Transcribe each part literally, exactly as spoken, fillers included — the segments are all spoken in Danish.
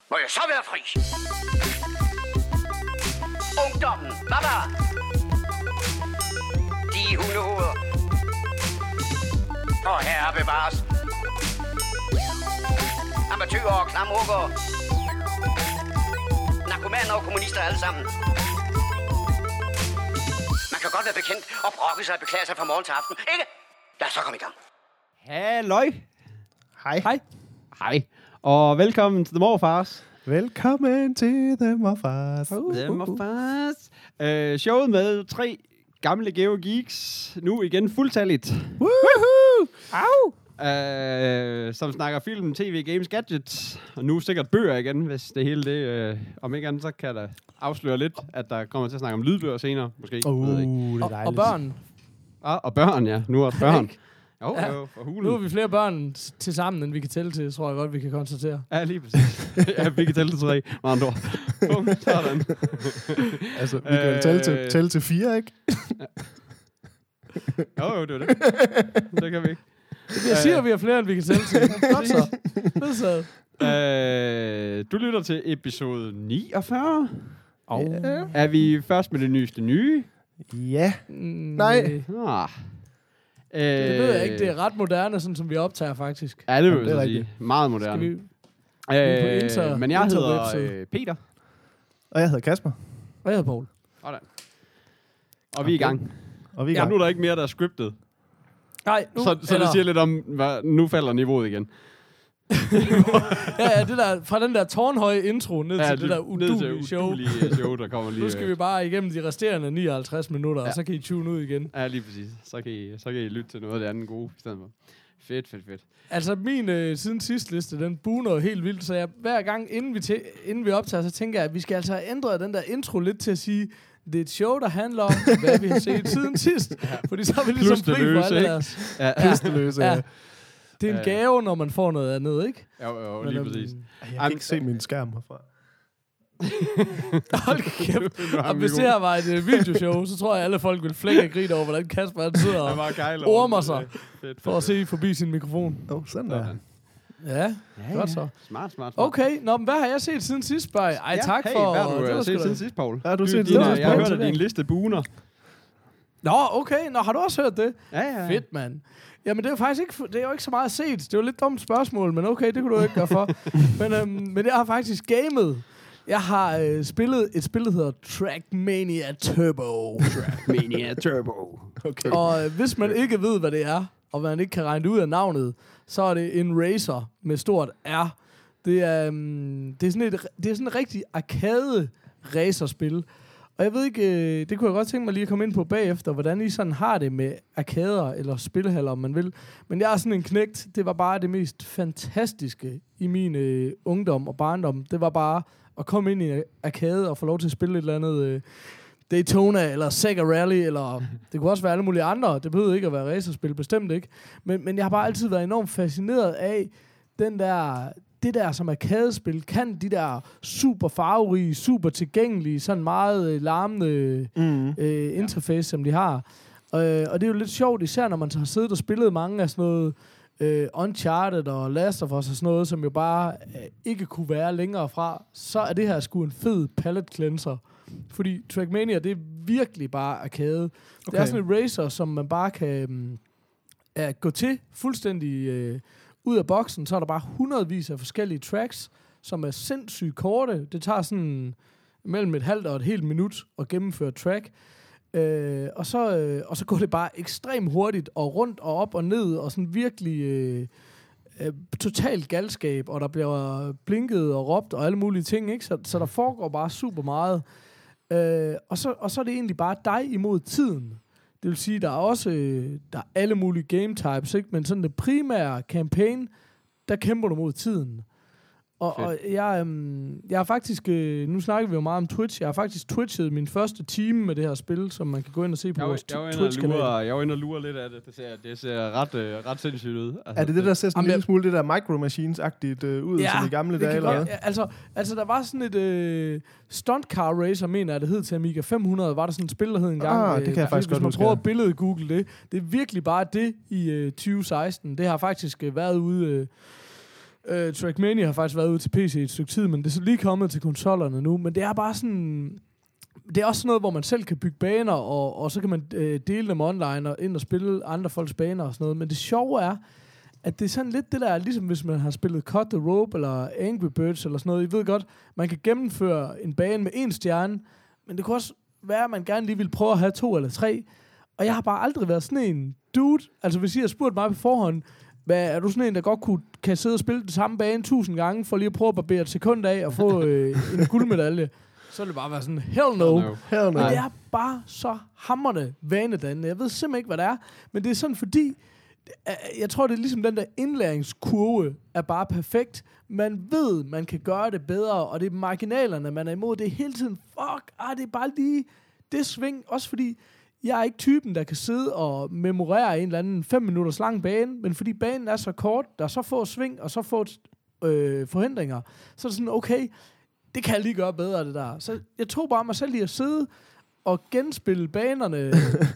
Må jeg så være fri? Ungdommen, baba! De hundehoveder. Og herre bevares. Amatøger og klamrukker. Narkomaner og kommunister alle sammen. Man kan godt være bekendt og brokke sig og beklage sig fra morgen til aften, ikke? Lad os så komme i gang. Halløj. Hej. Hej. Hej. Og velkommen til The Morfars. Velkommen til The Morfars. Uh, The Morfars. Uh, showet med tre gamle Geo Geeks. Nu igen fuldtalligt. Woohoo! Au! Uh, som snakker film, tv, games, gadgets. Og nu sikkert bøger igen, hvis det hele det... Uh, om ikke andet, så kan der afsløre lidt, at der kommer til at snakke om lydbøger senere, måske. Uh, ved jeg ikke. det er og, dejligt. og børn. Ah, og børn, ja. Nu er børn. Jo, Ja. jo, for hulen. Nu er vi flere børn til sammen, end vi kan tælle til, tror jeg godt, vi kan konstatere. Ja, lige præcis. Ja, vi kan tælle til tre, med andre ord. Bum, sådan. Altså, vi kan jo tælle til, tælle til fire, ikke? Jo, jo, det er det. Det kan vi ikke. Jeg siger, at vi har flere, end vi kan tælle til. Godt så. Vedtaget. Øh, du lytter til episode niogfyrre. Oh. Ja. Er vi først med det nyeste nye? Ja. Mm, Nej. Ah. Øh, Det ved jeg ikke. Det er ret moderne, sådan som vi optager faktisk. Ja, det vil Ja, det er jeg sige. Meget Skal moderne. vi... på inter- Øh, men jeg hedder interwebside? øh, Peter. Og jeg hedder Kasper. Hvad hedder Poul? Sådan. Og vi er i gang. Og vi er i Ja, gang. nu er der ikke mere, der er scriptet. Nej, nu... Så, så det siger lidt om, hvad, nu falder niveauet igen. ja, ja, det der, fra den der tårnhøje intro ned Ja, til det der udulige show. udulige show, der kommer lige. Nu skal vi bare igennem de resterende nioghalvtreds minutter, Ja. og så kan I tune ud igen. Ja, lige præcis. Så kan I, så kan I lytte til noget af det andet gode i stedet for. Fedt, fedt, fedt. Altså, min øh, siden sidst liste, den buner helt vildt, så jeg, hver gang, inden vi, tæ- inden vi optager, så tænker jeg, at vi skal altså have ændret den der intro lidt til at sige, det er et show, der handler om, hvad vi har set siden sidst. Ja. Fordi så er vi ligesom fri for Plusteløse, alle ikke? deres. Ja, Pisteløse. Ja. Ja. Det er en Øh. gave, når man får noget andet, ikke? jo, jo, Men, lige øhm, præcis. Jeg kan ikke se min skærm herfra. Hold kæft. Nu har Og vi hvis god- det her var et uh, videoshow, så tror jeg, at alle folk vil flække og grine over, hvordan Kasper han sidder Han og var gejl ormer sig Fedt, for at se forbi sin mikrofon. Åh, oh, sådan der. Sådan. Ja, Ja, godt så. Smart, smart, smart. Okay, nå, men hvad har jeg set siden sidst, spørg? Ej, Ja, tak hey, for... hvad har du det uh, var set sgu da- siden sidst, Poul? Ja, du har set din, siden uh, sidst, Jeg har Poul, hørt, at til din det. liste buner. Nå, okay. Nå, har du også hørt det? Ja, ja. Fedt, mand. Jamen, det er jo faktisk ikke, det er jo ikke så meget set. Det er jo lidt dumt spørgsmål, men okay, det kunne du ikke gøre for. men, øhm, men jeg har faktisk gamet. Jeg har øh, spillet et spil, der hedder Trackmania Turbo. Trackmania Turbo. Okay. Og øh, hvis man ikke ved, hvad det er, og man ikke kan regne det ud af navnet, så er det en racer med stort R. Det er, øhm, det er sådan et, det er sådan et rigtig arcade racerspil. Og jeg ved ikke, øh, det kunne jeg godt tænke mig lige at komme ind på bagefter, hvordan I sådan har det med arkader eller spilhaller, om man vil. Men jeg er sådan en knægt. Det var bare det mest fantastiske i min øh, ungdom og barndom. Det var bare at komme ind i en arcade og få lov til at spille et eller andet øh, Daytona eller Sega Rally, eller det kunne også være alle mulige andre. Det behøvede ikke at være racerspil, bestemt ikke. Men, men jeg har bare altid været enormt fascineret af den der... det der som arcade-spil, kan de der super farverige, super tilgængelige, sådan meget øh, larmende Mm. øh, interface, som de har. Øh, og det er jo lidt sjovt, især når man så har siddet og spillet mange af sådan noget øh, Uncharted og Last of Us og sådan noget, som jo bare øh, ikke kunne være længere fra, så er det her sgu en fed palette cleanser. Fordi Trackmania, det er virkelig bare arcade. Okay. Det er sådan et racer, som man bare kan øh, gå til fuldstændig... Øh, ud af boksen, så er der bare hundredvis af forskellige tracks, som er sindssygt korte. Det tager sådan mellem et halvt og et helt minut at gennemføre track. Øh, og, så, øh, og så går det bare ekstremt hurtigt, og rundt og op og ned, og sådan virkelig øh, øh, totalt galskab, og der bliver blinket og råbt og alle mulige ting, ikke? Så, så der foregår bare super meget. Øh, og, så, og så er det egentlig bare dig imod tiden. Det vil sige, der er også øh, der er alle mulige game types, ikke? Men sådan det primære campaign, der kæmper du mod tiden. Og, og jeg, øhm, jeg har faktisk, øh, nu snakker vi jo meget om Twitch, jeg har faktisk twitchet min første time med det her spil, som man kan gå ind og se på Jeg, vores jeg, var inde og Twitch-kanal. lure, jeg var inde og lure lidt af det. Det ser, det ser ret, øh, ret sindssygt ud. Altså, Er det det, der ser sådan en Jamen, lille smule det der Micro Machines-agtigt øh, ud, som i gamle det dage? kan Eller godt, hvad? ja, altså, altså, der var sådan et øh, stunt car racer, mener jeg, det hed til Amiga fem hundrede, var der sådan et spil, der hed en gang. Ah, det kan jeg faktisk hvis godt man huske, prøver ja. at billede google det, det er virkelig bare det i øh, tyve seksten. Det har faktisk øh, været ude... Øh, Uh, Trackmania har faktisk været ude til P C i et stykke tid, men det er så lige kommet til konsollerne nu. Men det er bare sådan... Det er også noget, hvor man selv kan bygge baner, og, og så kan man øh, dele dem online og ind og spille andre folks baner og sådan noget. Men det sjove er, at det er sådan lidt det der, ligesom hvis man har spillet Cut the Rope eller Angry Birds eller sådan noget. I ved godt, man kan gennemføre en bane med en stjerne, men det kunne også være, at man gerne lige vil prøve at have to eller tre. Og jeg har bare aldrig været sådan en dude. Altså hvis I har spurgt mig på forhånd, hvad, er du sådan en, der godt kunne, kan sidde og spille den samme bane tusind gange, for lige at prøve at barbere et sekund af og få øh, en guldmedalje? Så vil det bare være sådan, hell no. Hell no. Hell no. Men det er bare så hamrende vanedannende. Jeg ved simpelthen ikke, hvad det er. Men det er sådan, fordi... Jeg tror, det er ligesom den der indlæringskurve er bare perfekt. Man ved, man kan gøre det bedre, og det er marginalerne, man er imod. Det er hele tiden, fuck, ah, det er bare lige det sving. Også fordi, jeg er ikke typen, der kan sidde og memorere en eller anden fem minutters lang bane, men fordi banen er så kort, der er så få sving, og så få øh, forhindringer, så er det sådan, okay, det kan jeg lige gøre bedre, det der. Så jeg tog bare mig selv lige at sidde og genspille banerne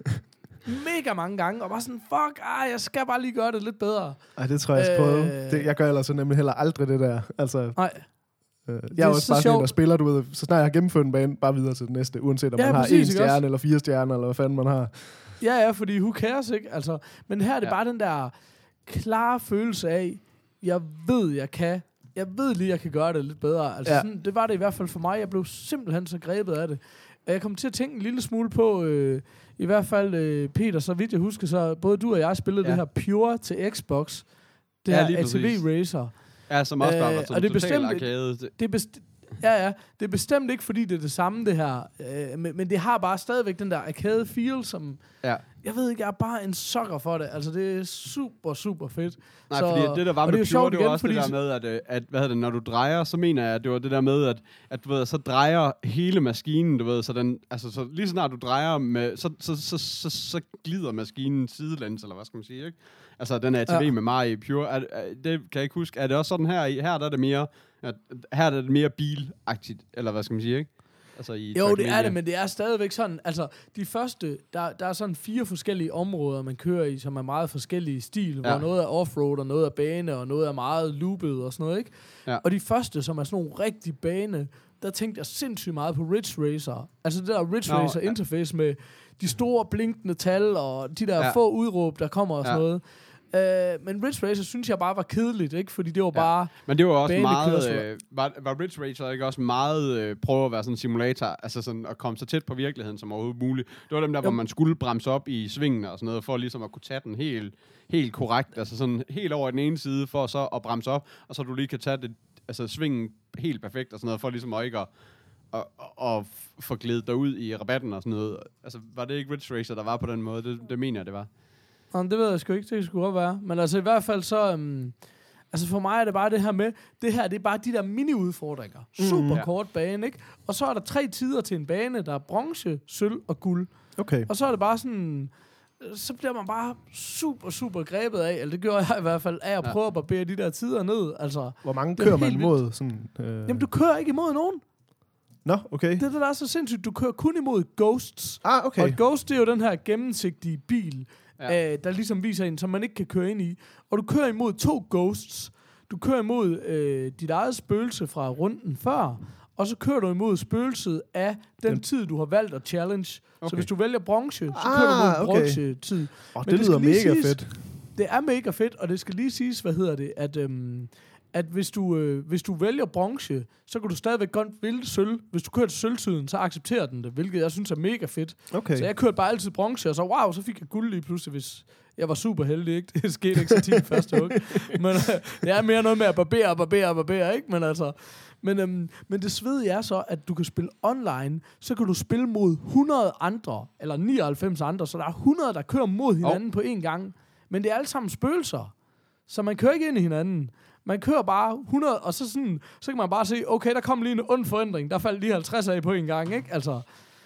mega mange gange, og bare sådan, fuck, ah, jeg skal bare lige gøre det lidt bedre. Ej, det tror jeg, jeg skal prøve. Det, jeg gør ellers nemlig heller aldrig det der. Altså, nej. Øh, jeg er også bare sådan en, der spiller, du ved, så snart jeg har gennemført en bane, bare videre til den næste, uanset om ja, man præcis, har en stjerne også? Eller fire stjerner, eller hvad fanden man har. Ja, ja, fordi who cares, ikke? Altså, men her er det ja. bare den der klare følelse af, jeg ved, jeg kan, jeg ved lige, jeg kan gøre det lidt bedre. Altså, ja. sådan, det var det i hvert fald for mig. Jeg blev simpelthen så grebet af det. Jeg kom til at tænke en lille smule på, øh, i hvert fald øh, Peter, så vidt jeg husker, så både du og jeg spillede ja. det her Pure til Xbox. Det ja, her A T V Racer. Ja, som også bare var sådan øh, total arcade. Det, det er best- ja, ja. Det er bestemt ikke, fordi det er det samme, det her. Øh, men, men det har bare stadigvæk den der arcade feel, som... Ja. Jeg ved ikke, jeg er bare en sucker for det. Altså, det er super, super fedt. Nej, så, fordi det, der var med det Pure, det var igen, også fordi... det der med, at, at hvad det, når du drejer, så mener jeg, at det var det der med, at, at du ved, så drejer hele maskinen, du ved, så den, altså, så lige snart du drejer med, så, så, så, så, så glider maskinen sidelæns, eller hvad skal man sige, ikke? Altså, den A T V ja. med Mario Pure, er, er, det kan jeg ikke huske, er det også sådan her, her der er det mere, at, her er det mere bilagtigt, eller hvad skal man sige, ikke? Altså i jo, det er det, men det er stadigvæk sådan, altså de første, der, der er sådan fire forskellige områder, man kører i, som er meget forskellige stil, ja. hvor noget er offroad, og noget er bane, og noget er meget loopet og sådan noget, ikke? Ja. Og de første, som er sådan nogle rigtig bane, der tænkte jeg sindssygt meget på Ridge Racer. Altså det der Ridge Racer ja. interface med de store blinkende tal, og de der ja. få udråb, der kommer og sådan ja. noget. Uh, men Ridge Racer synes jeg bare var kedeligt, ikke? Fordi det var ja. bare... Men det var også meget... Øh, var, var Ridge Racer ikke også meget øh, prøve at være sådan en simulator, altså sådan at komme så tæt på virkeligheden som overhovedet muligt? Det var dem der, jo. hvor man skulle bremse op i svingene og sådan noget, for ligesom at kunne tage den helt, helt korrekt, altså sådan helt over den ene side, for så at bremse op, og så du lige kan tage det, altså svingen helt perfekt og sådan noget, for ligesom at ikke at, at, at, at få glædet dig ud i rabatten og sådan noget. Altså, var det ikke Ridge Racer, der var på den måde? Det, det mener jeg, det var. Nå, det ved jeg sgu ikke, det skulle godt være. Men altså i hvert fald så... Um, altså for mig er det bare det her med... Det her, det er bare de der mini-udfordringer. Super mm, kort ja. bane, ikke? Og så er der tre tider til en bane, der er bronze, sølv og guld. Okay. Og så er det bare sådan... Så bliver man bare super, super grebet af, eller det gør jeg i hvert fald, af at ja. prøve at barbere de der tider ned. Altså, hvor mange kører man imod? Sådan, øh... Jamen, du kører ikke imod nogen. Nå, okay. Det er det, der er så sindssygt. Du kører kun imod Ghosts. Ah, okay. Og Ghost, det er jo den her gennemsigtige bil, ja. øh, der ligesom viser en, som man ikke kan køre ind i. Og du kører imod to Ghosts. Du kører imod øh, dit eget spøgelse fra runden før, og så kører du imod spøgelset af den, den tid, du har valgt at challenge. Okay. Så hvis du vælger bronze, så ah, kører du mod bronze-tid. Oh, det lyder mega siges, fedt. Det er mega fedt, og det skal lige siges, hvad hedder det, at... Øhm, at hvis du, øh, hvis du vælger bronze, så kan du stadigvæk godt vælge sølv. Hvis du kører til sølvtiden, så accepterer den det, hvilket jeg synes er mega fedt. Okay. Så jeg kørte bare altid bronze, og så wow, så fik jeg guld lige pludselig, hvis jeg var super heldig, ikke? Det skete ikke så tit første hug. Men øh, det er mere noget med at barbere og barbere og barbere, ikke? Men altså... Men, øhm, men det svedige er så, at du kan spille online, så kan du spille mod hundrede andre, eller nioghalvfems andre, så der er hundrede, der kører mod hinanden oh. på én gang. Men det er alle sammen spøgelser, så man kører ikke ind i hinanden. Man kører bare hundrede, og så, sådan, så kan man bare se, okay, der kom lige en ond forandring. Der faldt lige halvtreds af på en gang, ikke? Altså,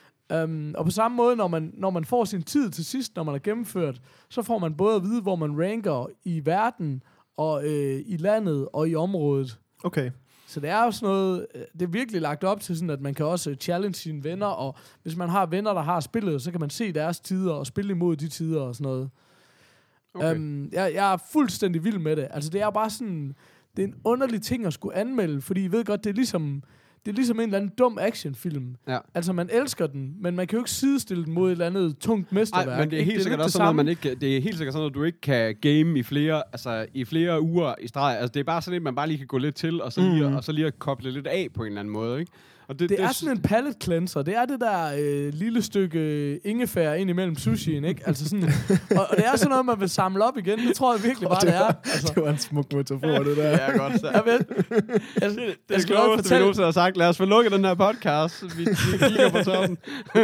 øhm, og på samme måde, når man, når man får sin tid til sidst, når man er gennemført, så får man både at vide, hvor man ranker i verden, og øh, i landet, og i området. Okay. Så det er jo sådan noget, det er virkelig lagt op til sådan, at man kan også challenge sine venner, og hvis man har venner, der har spillet, så kan man se deres tider, og spille imod de tider, og sådan noget. Okay. Um, jeg, jeg er fuldstændig vild med det. Altså, det er bare sådan... det er en underlig ting at skulle anmelde, fordi I ved godt, det er ligesom... Det er ligesom en eller anden dum actionfilm. Ja. Altså, man elsker den, men man kan jo ikke sidestille den mod et eller andet tungt mesterværk. Nej, men det er helt det er sikkert også sådan noget, man ikke, det er helt sikkert sådan noget, du ikke kan game i flere, altså, i flere uger i streg. Altså, det er bare sådan et, man bare lige kan gå lidt til, og så lige, mm. og så lige at koble lidt af på en eller anden måde, ikke? Og det, det, det er sådan en palate cleanser. Det er det der øh, lille stykke ingefær ind imellem sushien, ikke? Altså sådan, og, og det er sådan noget, man vil samle op igen. Det tror jeg virkelig bare, det, det er. Altså. Det var en smuk metafor, det der. Det er godt så. Jeg ved, jeg, det, det jeg skal nok fortælle. Det er har sagt. Lad os få lukket den her podcast. Vi, vi kigger på toppen.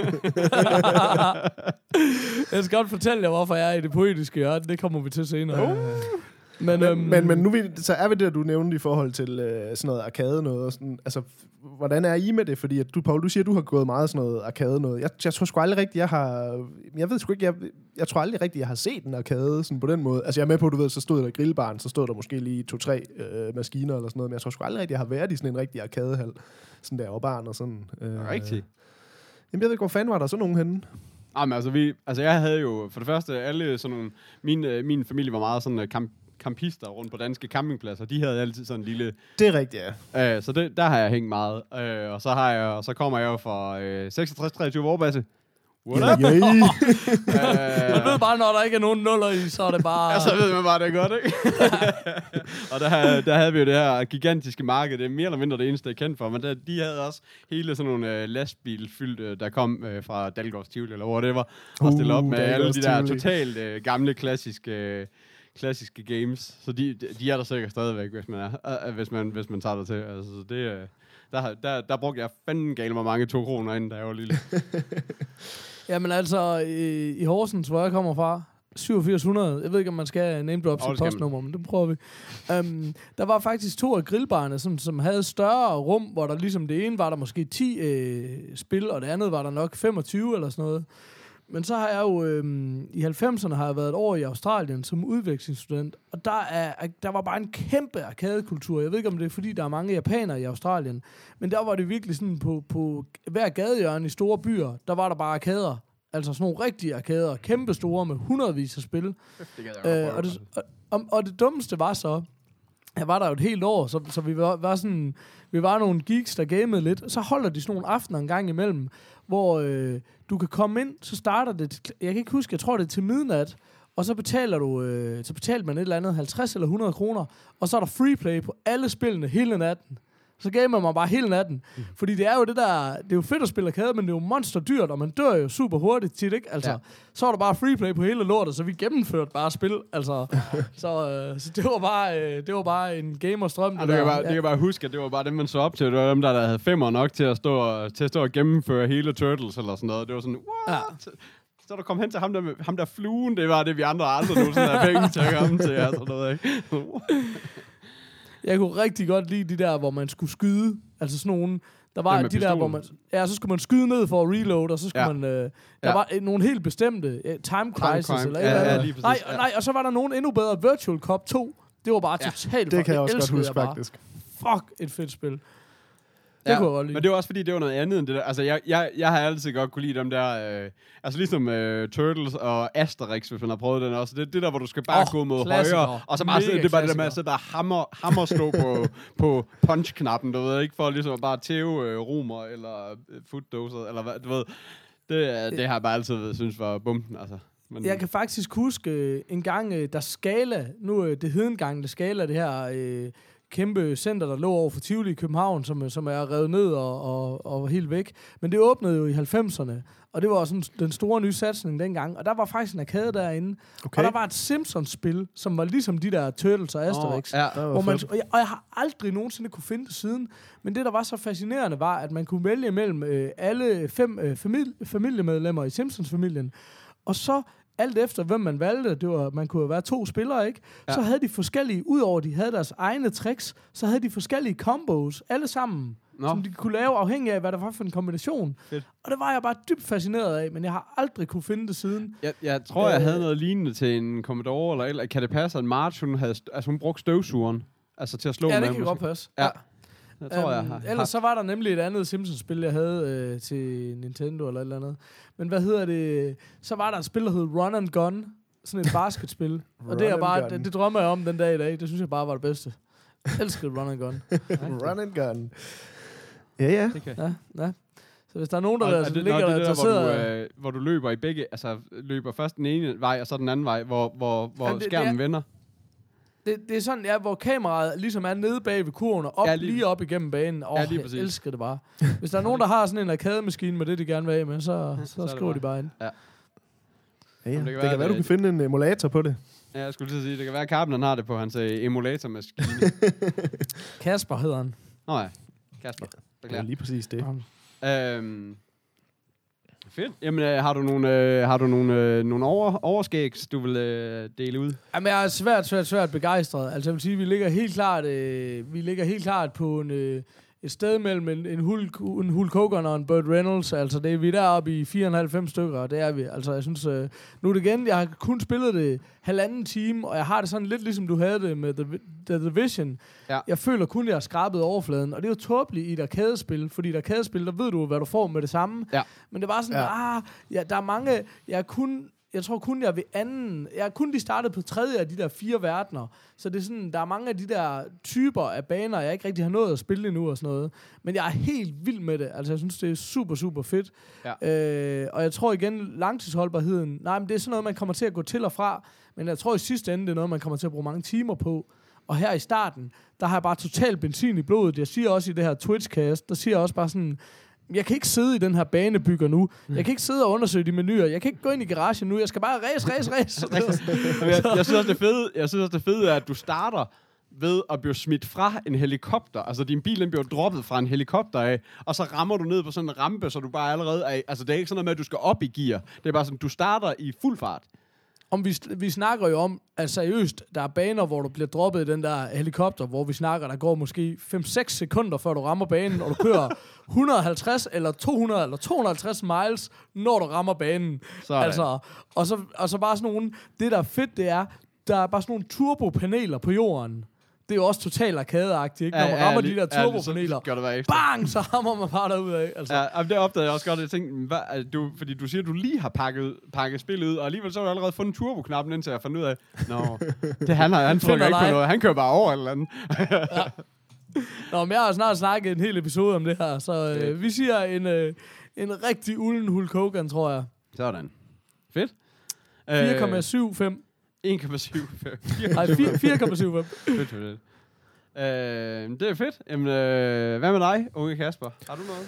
Jeg skal godt fortælle jer, hvorfor jeg er i det poetiske hjørne. Det kommer vi til senere. Uh. Men, men, øhm, men, men nu vi, så er vi det, du nævnte i forhold til øh, sådan noget arcade noget. Og sådan, altså, hvordan er I med det? Fordi at du, Paul, du siger, at du har gået meget sådan noget arcade noget. Jeg, jeg tror sgu aldrig rigtigt, jeg har... Jeg ved sgu ikke, jeg, jeg tror aldrig rigtigt, jeg har set en arcade sådan på den måde. Altså jeg er med på, du ved, så stod der grillbaren, så stod der måske lige to-tre øh, maskiner eller sådan noget. Men jeg tror sgu aldrig rigtigt, jeg har været i sådan en rigtig arcadehal. Sådan der, og barn og sådan. Øh, Rigtigt? Jamen jeg ved ikke, hvor fanden var der så nogen henne? Jamen altså, vi, altså jeg havde jo, for det første, alle sådan nogle... Min, øh, min familie var meget sådan uh, kamp... campister rundt på danske campingpladser, de havde altid sådan en lille... Det er rigtigt, ja. Øh, så det, der har jeg hængt meget. Øh, og så har jeg, og så kommer jeg jo fra øh, seksogtres treogtyve Vorbasse. What up? Yeah, yeah. øh, man ved bare, når der ikke er nogen nuller i, så er det bare... Ja, så ved man bare, det er godt, ikke? Og der, der havde vi jo det her gigantiske marked. Det er mere eller mindre det eneste, jeg kendte for. Men der, de havde også hele sådan nogle øh, lastbilfyldte, der kom øh, fra Dalgårds Tivoli, eller whatever, og uh, stille op med alle de der totalt øh, gamle, klassiske... Øh, klassiske games, så de, de er der sikkert stadigvæk, hvis man er, øh, hvis man hvis man tager det til. Altså det øh, der der der brugte jeg fanden galt mig mange to kroner inden da jeg var lille. Jamen altså i, i Horsens, hvor jeg kommer fra, syvogfirs hundrede. Jeg ved ikke om man skal name drop sit postnummer, men det prøver vi. Um, der var faktisk to af grillbarerne, som som havde større rum, hvor der ligesom det ene var der måske ti øh, spil, og det andet var der nok femogtyve eller sådan noget. Men så har jeg jo, øhm, i halvfemserne har jeg været et år i Australien som udvekslingsstudent, og der, er, der var bare en kæmpe arkadekultur. Jeg ved ikke, om det er, fordi der er mange japanere i Australien, men der var det virkelig sådan, på, på hver gadehjørne i store byer, der var der bare arkader. Altså sådan nogle rigtige arkader, kæmpe store med hundredvis af spil. Det øh, og, det, og, og, og det dummeste var så, jeg var der jo et helt år, så, så vi var, var sådan, vi var nogle geeks, der gamede lidt, og så holder de sådan nogle aftener en gang imellem, hvor øh, du kan komme ind, så starter det, jeg kan ikke huske, jeg tror det er til midnat, og så betaler du, øh, så betaler man et eller andet halvtreds eller hundrede kroner, og så er der free play på alle spillene hele natten. Så gamer man bare hele natten. Mm. Fordi det er jo det der... Det er jo fedt at spille arcade, men det er jo monsterdyrt, og man dør jo super hurtigt tit, ikke? Altså, ja. Så var der bare freeplay på hele lortet, så vi gennemførte bare spil. Altså, så, øh, så det var bare øh, det var bare en gamerstrøm. Ja, det, det, kan bare, ja. det kan bare huske, at det var bare dem, man så op til. Det var dem, der, der havde femmer nok til at stå, til at stå og gennemføre hele Turtles eller sådan noget. Det var sådan... What? Ja. Så du kom hen til ham der, med, ham der fluen, det var det, vi andre aldrig nu sådan der penge til at komme til. Altså noget, ikke? Jeg kunne rigtig godt lide de der, hvor man skulle skyde. Altså sådan nogle... Der var de pistolen. Der, hvor man... Ja, så skulle man skyde ned for at reload, og så skulle ja. man... Øh, der ja. var øh, nogle helt bestemte... Uh, time Crisis time eller... Ja, ja, lige præcis, nej, ja. nej, og så var der nogle endnu bedre. Virtual Cop to. Det var bare ja. totalt... Det kan jeg også godt huske, faktisk. Fuck, et fedt spil. Det ja, kunne jeg godt lide. Men det var også fordi, det var noget andet end det der. Altså, jeg, jeg, jeg har altid godt kunne lide dem der... Øh, altså, ligesom øh, Turtles og Asterix, hvis man har prøvet den også. Det det der, hvor du skal bare oh, gå mod højre. Og så bare sidde, det er bare det der med at sidde bare hammer, hammer stå på, på punch-knappen, du ved ikke? For ligesom at bare tæve øh, romer eller øh, footdoser, eller hvad, du ved. Det, det har jeg bare altid synes var bumpen, altså. Men jeg kan faktisk huske øh, en gang, øh, der Scala... Nu øh, det hedengang, der Scala, det her... Øh, kæmpe center, der lå over for Tivoli i København, som, som er revet ned og, og, og helt væk. Men det åbnede jo i halvfemserne, og det var sådan den store nye satsning dengang. Og der var faktisk en arcade derinde, okay. Og der var et Simpsons-spil, som var ligesom de der Turtles og Asterix. Oh, ja, hvor man, og, jeg, og jeg har aldrig nogensinde kunne finde det siden. Men det, der var så fascinerende, var, at man kunne vælge mellem øh, alle fem øh, famili- familiemedlemmer i Simpsons-familien. Og så alt efter, hvem man valgte, det var, man kunne jo være to spillere, ikke? Ja. Så havde de forskellige, udover de havde deres egne tricks, så havde de forskellige combos, alle sammen, Nå. som de kunne lave afhængig af, hvad der var for en kombination. Fedt. Og det var jeg bare dybt fascineret af, men jeg har aldrig kunne finde det siden. Jeg, jeg tror, jeg øh, havde noget lignende til en Commodore, eller, eller kan det passe, at Marge, hun, havde, altså, hun brugte støvsugeren, altså til at slå ja, med. Ja, det kan godt passe. Ja. Jeg tror, um, jeg har ellers så var der nemlig et andet Simpsons-spil, jeg havde øh, til Nintendo eller et eller andet. Men hvad hedder det? Så var der et spil, der hed Run and Gun. Sådan et basketspil. Og det er bare, det, det drømmer jeg om den dag i dag. Det synes jeg bare var det bedste. Elsker run and gun. Run and gun. Ja, ja. Okay. Ja, ja. Så hvis der er nogen, der, Og, der og det, ligger nå, der, det der, der, hvor, du, sidder... øh, hvor du løber i begge, altså løber først den ene vej, og så den anden vej, hvor, hvor, hvor Jamen, det- skærmen det er- vender. Det, det er sådan, ja, hvor kameraet ligesom er nede bag ved kurven og op, Ja, ja, lige- lige, lige op igennem banen. Åh, Ja, ja, lige jeg præcis. elsker det bare. Hvis der er nogen, der har sådan en arcade-maskine med det, de gerne vil af med, så, så, Så er det skriver bare- de bare ind. Ja, ja. det Det kan kan, være, være, du det- kan finde en emulator på det. Ja, jeg skulle til at sige, det kan være, at Carben han har det på hans øh, emulatormaskine. Kasper hedder han. Nå ja, Kasper. Det er Beklager. lige præcis det. Øhm, fedt. Jamen, øh, har du nogle, øh, har du nogle, øh, nogle over, overskægs, du vil øh, dele ud? Jamen, jeg er svært, svært, svært begejstret. Altså, jeg vil sige, vi ligger helt klart, øh, vi ligger helt klart på en, øh, et sted mellem en, en, Hulk, en Hulk Hogan og en Burt Reynolds. Altså, det er vi deroppe i fireoghalvfems stykker, og det er vi. Altså, jeg synes, øh, nu er det igen, jeg har kun spillet det halvanden time, og jeg har det sådan lidt ligesom du havde det med The, The Division. Ja. Jeg føler kun, jeg har skrabet overfladen, og det er jo tåbeligt i et arcade-spil, fordi i et arcade-spil, der ved du, hvad du får med det samme. Ja. Men det var sådan, Ja. ja. ah, ja, der er mange, jeg er kun... Jeg tror kun, jeg er ved anden... Jeg er kun lige startet på tredje af de der fire verdener. Så det er sådan, der er mange af de der typer af baner, jeg ikke rigtig har nået at spille endnu og sådan noget. Men jeg er helt vild med det. Altså, jeg synes, det er super, super fedt. Ja. Øh, og jeg tror igen, langtidsholdbarheden... Nej, men det er sådan noget, man kommer til at gå til og fra. Men jeg tror i sidste ende, det er noget, man kommer til at bruge mange timer på. Og her i starten, der har jeg bare total benzin i blodet. Jeg siger også i det her Twitchcast, der siger jeg også bare sådan... Jeg kan ikke sidde i den her banebygger nu. Jeg kan ikke sidde og undersøge de menuer. Jeg kan ikke gå ind i garagen nu. Jeg skal bare race, race, race. Jamen, jeg, jeg synes også, det fede, jeg synes også, det fede er, at du starter ved at blive smidt fra en helikopter. Altså, din bil den bliver droppet fra en helikopter af, og så rammer du ned på sådan en rampe, så du bare allerede er... Altså, det er ikke sådan noget med, at du skal op i gear. Det er bare sådan, du starter i fuld fart. Om vi, vi snakker jo om, at seriøst, der er baner, hvor du bliver droppet i den der helikopter, hvor vi snakker, der går måske fem seks sekunder, før du rammer banen, og du kører et hundrede og halvtreds eller to hundrede eller to hundrede og halvtreds miles, når du rammer banen. Sådan. Altså, og, så, og så bare sådan nogle... Det, der er fedt, det er, der er bare sådan nogle turbopaneler på jorden. Det er jo også totalt arcade-agtigt, ikke? Når man rammer de der turbopaneler, gør det være ekstra. bang, så rammer man bare derudad. Altså. Ja, jamen, det opdagede jeg også godt. Jeg tænkte, hvad, er du, fordi du siger, at du lige har pakket, pakket spillet ud, og alligevel så har du allerede fundet turboknappen, indtil jeg fandt ud af, nå, det han har, han trykker ikke på noget. Han kører bare over et eller andet. Ja. Nå, men jeg har snart snakket en hel episode om det her, så øh, vi siger en, øh, en rigtig ulden Hulk Hogan, tror jeg. Sådan. Fedt. fire komma syv fem. en komma syv fem. Nej, fire komma syv fem. Fedt, fedt. Øh, det er fedt. Jamen, øh, hvad med dig, unge Kasper? Har du noget?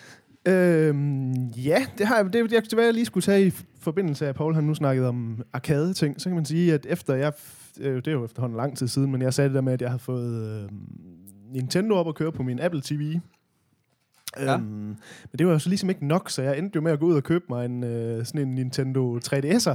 Øhm, ja, det har jeg. Det, det, det var jeg lige skulle tage i forbindelse af, at Paul han nu snakkede om arcade-ting. Så kan man sige, at efter jeg... Øh, det er jo efterhånden lang tid siden, men jeg sagde det der med, at jeg har fået øh, Nintendo op at køre på min Apple T V. Ja. Øhm, men det var jo så ligesom ikke nok, så jeg endte jo med at gå ud og købe mig en, øh, sådan en Nintendo tre D S'er.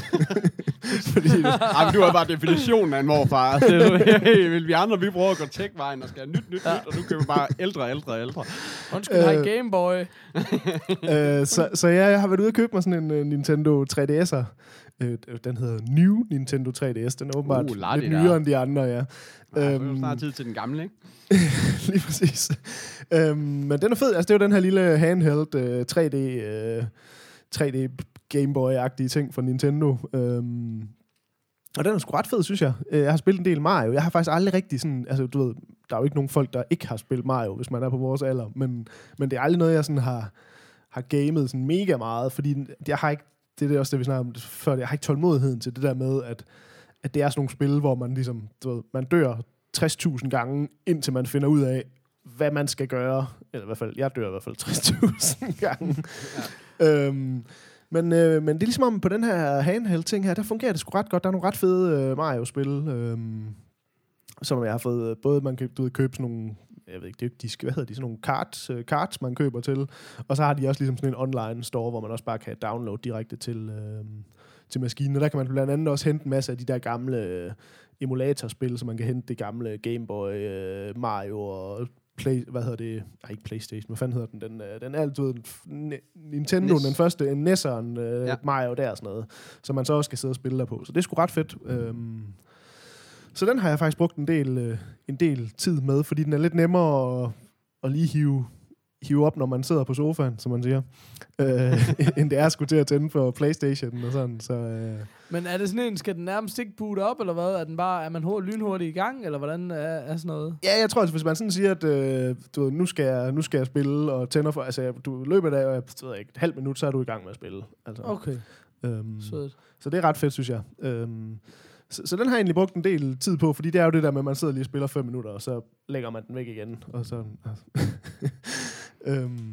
Fordi det, Jamen, du er bare definitionen af en morfar. Altså, det er sådan, hey, vi andre, vi bruger at gå tech-vejen og skal have nyt, nyt, Ja. nyt, og du køber bare ældre, ældre, ældre. Undskyld, øh, Øh. hej Game Boy. øh, så, så ja, jeg har været ude og købe mig sådan en uh, Nintendo tre D S'er. Øh, den hedder New Nintendo tre D S. Den er åbenbart Uh, lad lidt det der. nyere end de andre, ja. Ja, så er Øhm, det snart tid til den gamle, ikke? Lige præcis. Øhm, men den er fed. Altså, det er jo den her lille handheld øh, tre D, øh, tre D Game Boy-agtige ting fra Nintendo. Øhm, og den er sgu ret fed, synes jeg. Øh, Jeg har spillet en del Mario. Jeg har faktisk aldrig rigtig sådan... Altså, du ved, der er jo ikke nogen folk, der ikke har spillet Mario, hvis man er på vores alder. Men, men det er aldrig noget, jeg sådan har, har gamet sådan mega meget, fordi jeg har ikke... Det er også det, vi snakker om før. Jeg har ikke tålmodigheden til det der med, at, at det er sådan nogle spil, hvor man ligesom... Du ved, man dør tres tusind gange, indtil man finder ud af, hvad man skal gøre. Eller i hvert fald, jeg dør i hvert fald tres tusind gange. Ja. Øhm, men, øh, men det er ligesom om, på den her handheld-ting her, der fungerer det sgu ret godt. Der er nogle ret fede øh, Mario-spil, øh, som jeg har fået. Både man kan du ved, købe sådan nogle, jeg ved ikke, det er jo ikke disk, hvad hedder de, sådan nogle cards, øh, cards, man køber til. Og så har de også ligesom sådan en online store, hvor man også bare kan downloade direkte til, øh, til maskinen. Og der kan man blandt andet også hente en masse af de der gamle... Øh, emulatorspil, så man kan hente det gamle Game Boy, øh, Mario og Play, hvad hedder det? Nej, ikke PlayStation. Hvad fanden hedder den? Den, øh, den er altid Nintendo, Nes. den første N E S'eren øh, Ja. Mario der og sådan noget, som man så også skal sidde og spille der på. Så det er sgu ret fedt. Øhm, så den har jeg faktisk brugt en del, øh, en del tid med, fordi den er lidt nemmere at, at lige hive hive op, når man sidder på sofaen, som man siger, øh, end det er at skulle til at tænde for PlayStation og sådan. Så, øh. Men er det sådan en, skal den nærmest ikke boot op, eller hvad? Er, den bare, er man hurtigt, lynhurtigt i gang, eller hvordan er, er sådan noget? Ja, jeg tror altså, hvis man sådan siger, at øh, du ved, nu, skal jeg, nu skal jeg spille og tænder for, altså du løber der, og jeg ved ikke, et halvt minut, så er du i gang med at spille. Altså, Okay. Øhm, Sødt. så det er ret fedt, synes jeg. Øhm, så, så den har jeg egentlig brugt en del tid på, fordi det er jo det der med, at man sidder lige og spiller fem minutter, og så lægger man den væk igen. Og så, altså. øhm,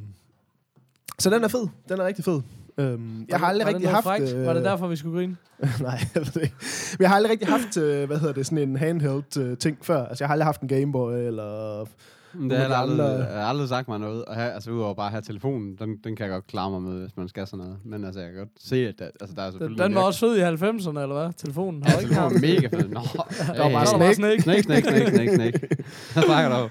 så den er fed. Den er rigtig fed. Øhm, jeg har aldrig var rigtig haft... Øh, var det derfor, vi skulle grine? Nej, jeg ved det ikke. Men jeg har aldrig rigtig haft, øh, hvad hedder det, sådan en handheld øh, ting før. Altså, jeg har aldrig haft en Gameboy, eller... Det har aldrig, jeg har aldrig sagt mig noget. Og have, altså, udover bare at have telefonen, den, den kan jeg godt klare mig med, hvis man skal sådan noget. Men altså, jeg kan godt se, at der, altså, der er selvfølgelig... Den, den var også fed i halvfemserne, eller hvad? Telefonen har ja, ikke telefonen var mega fed. Nå, der var bare Snake. Snake. Snake, Snake, Snake, Snake, Snake. Hvad snakker du om?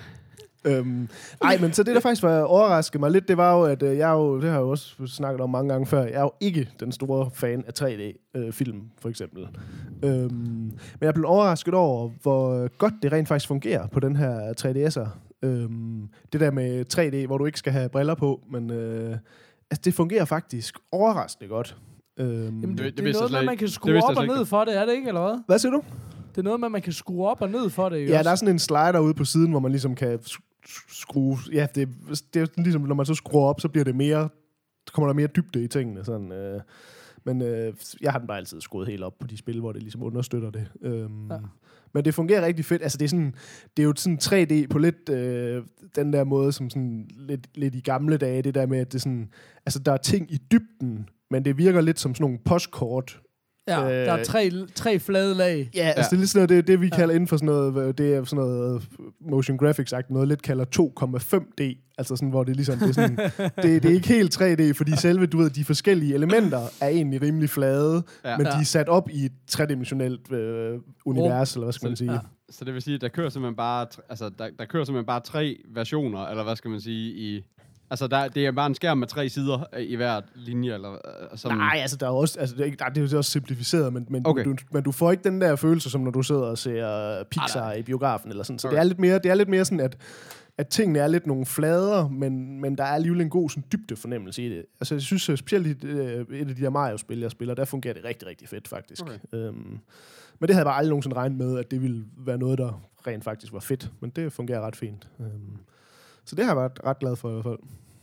Øhm, ej, men så det, der faktisk var overrasket mig lidt, det var jo, at øh, jeg jo, det har jeg jo også snakket om mange gange før, jeg er jo ikke den store fan af tre D-film, øh, for eksempel. Øhm, men jeg blev overrasket over, hvor godt det rent faktisk fungerer på den her tre D S'er. Øhm, det der med tre D, hvor du ikke skal have briller på, men øh, altså, det fungerer faktisk overraskende godt. Øhm, Jamen, det, det, det, det er noget med, at man kan skrue op og ned for det, er det ikke, eller hvad? Hvad siger du? Det er noget med, man kan skrue op og ned for det, Ja, også? der er sådan en slider ude på siden, hvor man ligesom kan skrue... Ja, det, det er ligesom, når man så skruer op, så bliver det mere... Så kommer der mere dybde i tingene, sådan... Øh, men øh, jeg har den bare altid skruet helt op på de spil, hvor det ligesom understøtter det. Øhm, ja. Men det fungerer rigtig fedt. Altså, det er sådan... Det er jo sådan tre D på lidt... Øh, den der måde, som sådan... Lidt, lidt i gamle dage, det der med, at det sådan... Altså, der er ting i dybden, men det virker lidt som sådan nogle postkort. Ja, øh, der er tre, tre flade lag. Ja, altså ja. Det er lidt sådan noget, det, det vi ja. kalder inden for sådan noget, det er sådan noget motion graphics-agtigt, noget lidt kalder to komma fem D, altså sådan, hvor det ligesom, det er sådan, det, det er ikke helt tre D, fordi selve, du ved, de forskellige elementer er egentlig rimelig flade, ja. men ja. de er sat op i et tredimensionelt øh, univers, eller hvad skal man sige. Ja. Så det vil sige, der kører simpelthen bare, altså, der, der kører simpelthen bare tre versioner, eller hvad skal man sige, i... Altså, der, det er bare en skærm med tre sider i hver linje, eller... Som... Nej, altså, der er også... Altså, det er, ikke, det er jo også simplificeret, men, men, okay. du, men du får ikke den der følelse, som når du sidder og ser Pixar ah, i biografen, eller sådan. Så okay. det er lidt mere, det er lidt mere sådan, at, at tingene er lidt nogle flader, men, men der er alligevel en god sådan, dybde fornemmelse i det. Altså, jeg synes specielt i et, et af de der Mario-spil, jeg spiller, der fungerer det rigtig, rigtig fedt, faktisk. Okay. Øhm, men det havde jeg bare aldrig nogensinde regnet med, at det ville være noget, der rent faktisk var fedt. Men det fungerer ret fint. Øhm, så det har jeg været ret glad for i hvert fald.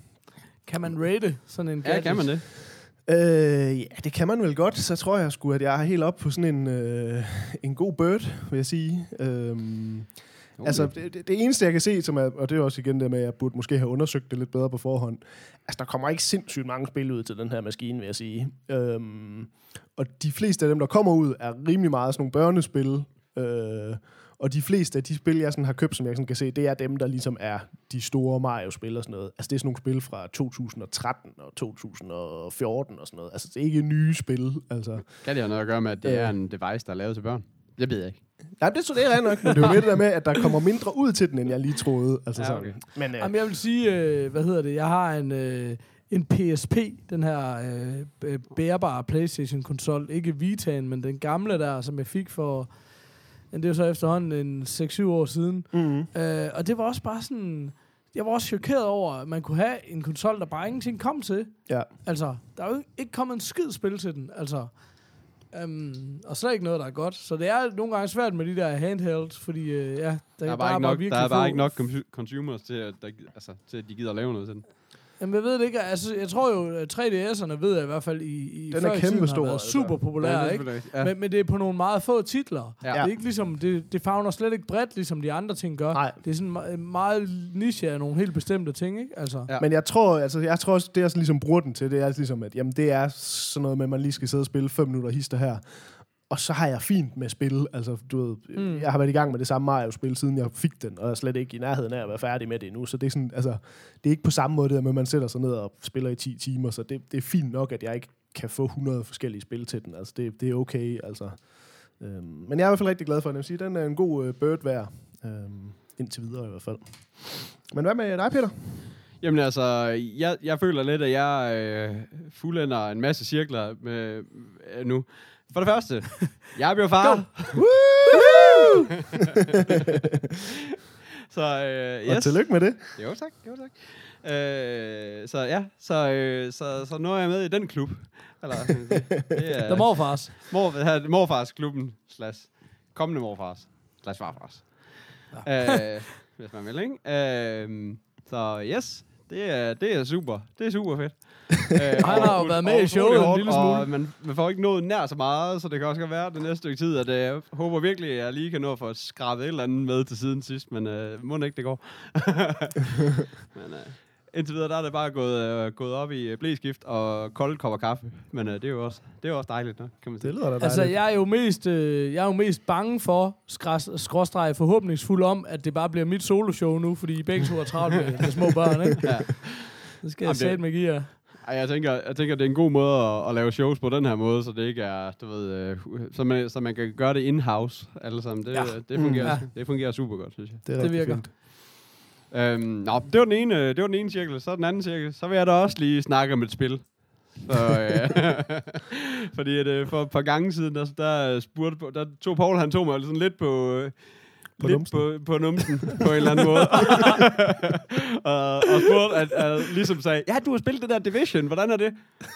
Kan man rate sådan en gadget? Ja, kan man det? Øh, ja, det kan man vel godt. Så tror jeg sgu, at jeg er helt op på sådan en, øh, en god bird, vil jeg sige. Øhm, okay. Altså, det, det eneste, jeg kan se, som er, og det er også igen det med, at jeg burde måske have undersøgt det lidt bedre på forhånd. Altså, der kommer ikke sindssygt mange spil ud til den her maskine, vil jeg sige. Øhm, og de fleste af dem, der kommer ud, er rimelig meget sådan nogle børnespil. Øh, Og de fleste af de spil, jeg sådan har købt, som jeg sådan kan se, det er dem, der ligesom er de store Mario-spil og sådan noget. Altså, det er sådan nogle spil fra to tusind og tretten og to tusind og fjorten og sådan noget. Altså, det er ikke nye spil, altså. Kan det have noget at gøre med, at det øh. er en device, der er lavet til børn? Det ved jeg ikke. Ja, det, så det er nok, men det er jo med det der med, at der kommer mindre ud til den, end jeg lige troede. Altså, ja, okay. Men, øh, Jamen, jeg vil sige, øh, hvad hedder det, jeg har en... Øh En P S P, den her øh, bærbare PlayStation-konsol, ikke Vita'en, men den gamle der, som jeg fik for, det er jo så efterhånden en seks syv år siden. Mm-hmm. Øh, og det var også bare sådan, jeg var også chokeret over, at man kunne have en konsol, der bare ingenting kom til. Ja. Altså, der er jo ikke kommet en skid spil til den, altså. Um, og slet ikke noget, der er godt. Så det er nogle gange svært med de der handhelds, fordi øh, ja, der, der er bare, bare ikke nok, der er bare få... ikke nok consumers til at, der, altså, til, at de gider at lave noget til den. Jamen, jeg ved det ikke. Altså, jeg tror jo, at tre D S'erne ved jeg i hvert fald i, i den er kæmpe stor, har været super populær, ja, ikke? Ja. Men, men det er på nogle meget få titler. Ja. Det er ikke ligesom, det, det favner slet ikke bredt, ligesom de andre ting gør. Nej. Det er sådan meget, meget niche af nogle helt bestemte ting, ikke? Altså. Ja. Men jeg tror, altså, jeg tror også, det jeg ligesom bruger den til, det er ligesom, at jamen, det er sådan noget med, at man lige skal sidde og spille fem minutter hister her. Og så har jeg fint med spil. Altså, du ved, mm. jeg har været i gang med det samme Mario-spil, siden jeg fik den, og jeg er slet ikke i nærheden af at være færdig med det endnu. Så det er sådan, altså, det er ikke på samme måde, det der med, at man sætter sig ned og spiller i ti timer, så det, det er fint nok, at jeg ikke kan få hundrede forskellige spil til den. Altså, det, det er okay, altså. Øhm, men jeg er i hvert fald rigtig glad for den. Jeg vil sige, den er en god uh, bird værd. Øhm, indtil videre i hvert fald. Men hvad med dig, Peter? Jamen altså, jeg, jeg føler lidt, at jeg øh, fuldender en masse cirkler med, øh, nu. For det første, jeg bliver far. Så, øh, yes. Og tillykke med det. Jo tak, jo tak. Øh, så ja, så, øh, så, så nu er jeg med i den klub. Eller, det, det er... Der morfars. Mor, her, morfars klubben, slash kommende morfars, slash farfars. Ja. Øh, hvis man vil, ikke? Øh, så yes, det er, det er super. Det er super fedt. øh, Han har jo været med i showet en lille smule. Og man, man får ikke nået nær så meget, så det kan også godt være det næste stykke tid, at jeg håber virkelig, at jeg lige kan nå at få skrabet et eller andet med til siden sidst, men øh, må ikke det går. men øh, indtil videre, der er det bare gået, øh, gået op i blæskift og koldt kopper kaffe, men øh, det er jo også, det er også dejligt, nok, kan man sige. Det lyder da dejligt. Altså, jeg er jo mest, øh, jeg er jo mest bange for, skræs, skråstreg forhåbningsfuld om, at det bare bliver mit soloshow nu, fordi I begge to er travlt med, med små børn, ikke? Ja. Det skal jeg sætte mig give jer. Ej, jeg tænker, jeg tænker, det er en god måde at, at lave shows på den her måde, så det ikke er, du ved, øh, så, man, så man kan gøre det in-house alle sammen. Det, Ja. det, fungerer, Mm. det fungerer super godt, synes jeg. Det, er Det rigtig virker. fint. Øhm, nå, det var den ene, det var den ene cirkel, så den anden cirkel. Så vil jeg da også lige snakke om et spil. Så, øh, fordi at, øh, for et par gange siden, der, der spurgte, der tog Paul, han tog mig sådan lidt på... Øh, På lidt numsen. på, på numsen, på en eller anden måde. og, og spurgte, at, at ligesom sagde, ja, du har spillet det der Division, hvordan er det?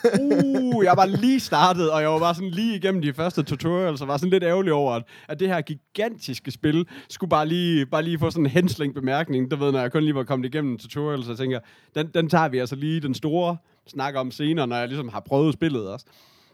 Uh, jeg var lige startet, og jeg var bare sådan lige igennem de første tutorials, og var sådan lidt ærgerlig over, at, at det her gigantiske spil skulle bare lige, bare lige få sådan en henslængt bemærkning. Du ved, når jeg kun lige var kommet igennem tutorials, så tænker den, den tager vi altså lige den store snak om senere, når jeg ligesom har prøvet spillet også.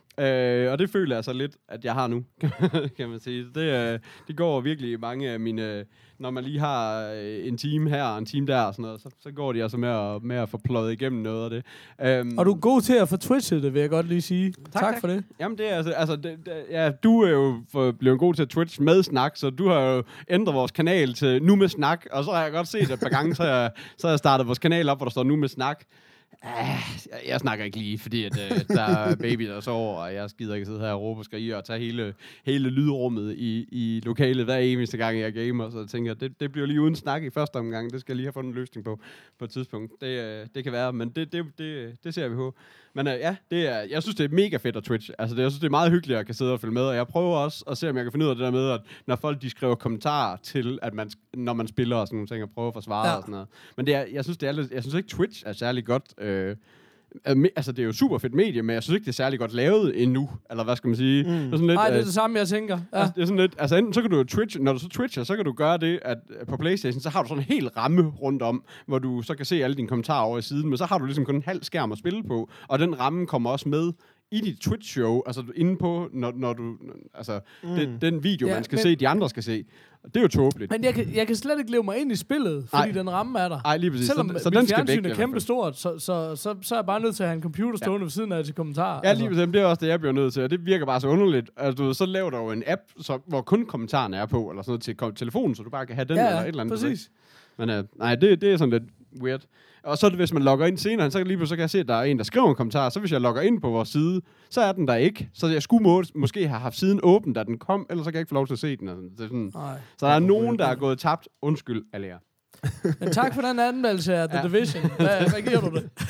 Øh, og det føler jeg så lidt, at jeg har nu, kan man sige. Det, øh, det går virkelig i mange af mine... Når man lige har øh, en time her og en time der og sådan noget, så, så går de altså med at, med at få pløjet igennem noget af det. Um, Og du er god til at få twitchet det, vil jeg godt lige sige. Tak, tak, tak. for det. Jamen det er altså... altså det, det, ja, du er jo for, blevet god til at twitch med snak, så du har jo ændret vores kanal til nu med snak, og så har jeg godt set et par gange, så har jeg, så har jeg startet vores kanal op, hvor der står nu med snak. Ah, jeg, jeg snakker ikke lige, fordi at, øh, der er baby, der sover, og jeg skider ikke sidde her og råbe og skrige og tage hele, hele lydrummet i, i lokalet hver eneste gang, jeg gamer. Så jeg tænker, det, det bliver lige uden snak i første omgang. Det skal jeg lige have fundet en løsning på på et tidspunkt. Det, øh, det kan være, men det, det, det, det ser vi på. Men øh, ja, det er, jeg synes, det er mega fedt at Twitch. Altså, det, jeg synes, det er meget hyggeligt, at jeg kan sidde og følge med. Og jeg prøver også at se, om jeg kan finde ud af det der med, at når folk de skriver kommentarer til, at man, når man spiller og sådan nogle ting, og prøver at forsvare ja. og sådan noget. Men det er, jeg synes, det er lidt, jeg synes ikke, Twitch er særlig godt... Øh, altså, det er jo super fedt medie, men jeg synes ikke, det er særlig godt lavet endnu. Eller hvad skal man sige? Mm. Det er sådan lidt, Nej, det er øh, det samme, jeg tænker. Ja. Altså, det er sådan lidt, altså enten så kan du Twitch, når du så Twitcher, så kan du gøre det, at på PlayStation, så har du sådan en hel ramme rundt om, hvor du så kan se alle dine kommentarer over i siden, men så har du ligesom kun en halv skærm at spille på, og den ramme kommer også med i dit Twitch-show, altså inde på, når, når du, altså, mm. det, den video, ja, man skal men, se, de andre skal se. Det er jo tåbeligt. Men jeg kan, jeg kan slet ikke leve mig ind i spillet, fordi Ej. den ramme er der. Ej, lige præcis. Selvom så, så mit den skal fjernsyn væk, er kæmpe stort, så, så, så, så er jeg bare nødt til at have en computer stående ja. ved siden af til kommentarer. Ja, lige præcis. Det er også det, jeg bliver nødt til, og det virker bare så underligt. Altså, du, så laver du jo en app, så, hvor kun kommentarerne er på, eller sådan noget til telefonen, så du bare kan have den ja, eller et eller andet. præcis. Men uh, nej, det, det er sådan lidt weird. Og så er det, hvis man logger ind senere, så kan, lige så kan jeg se, at der er en, der skriver en kommentar. Så hvis jeg logger ind på vores side, så er den der ikke. Så jeg skulle må, måske have haft siden åben, da den kom, ellers så kan jeg ikke få lov til at se den. Det er sådan. Så der er nogen, der er gået tabt. Undskyld, alle jer. Men tak for den anmeldelse af The ja. Division. Hvad, hvad giver du det?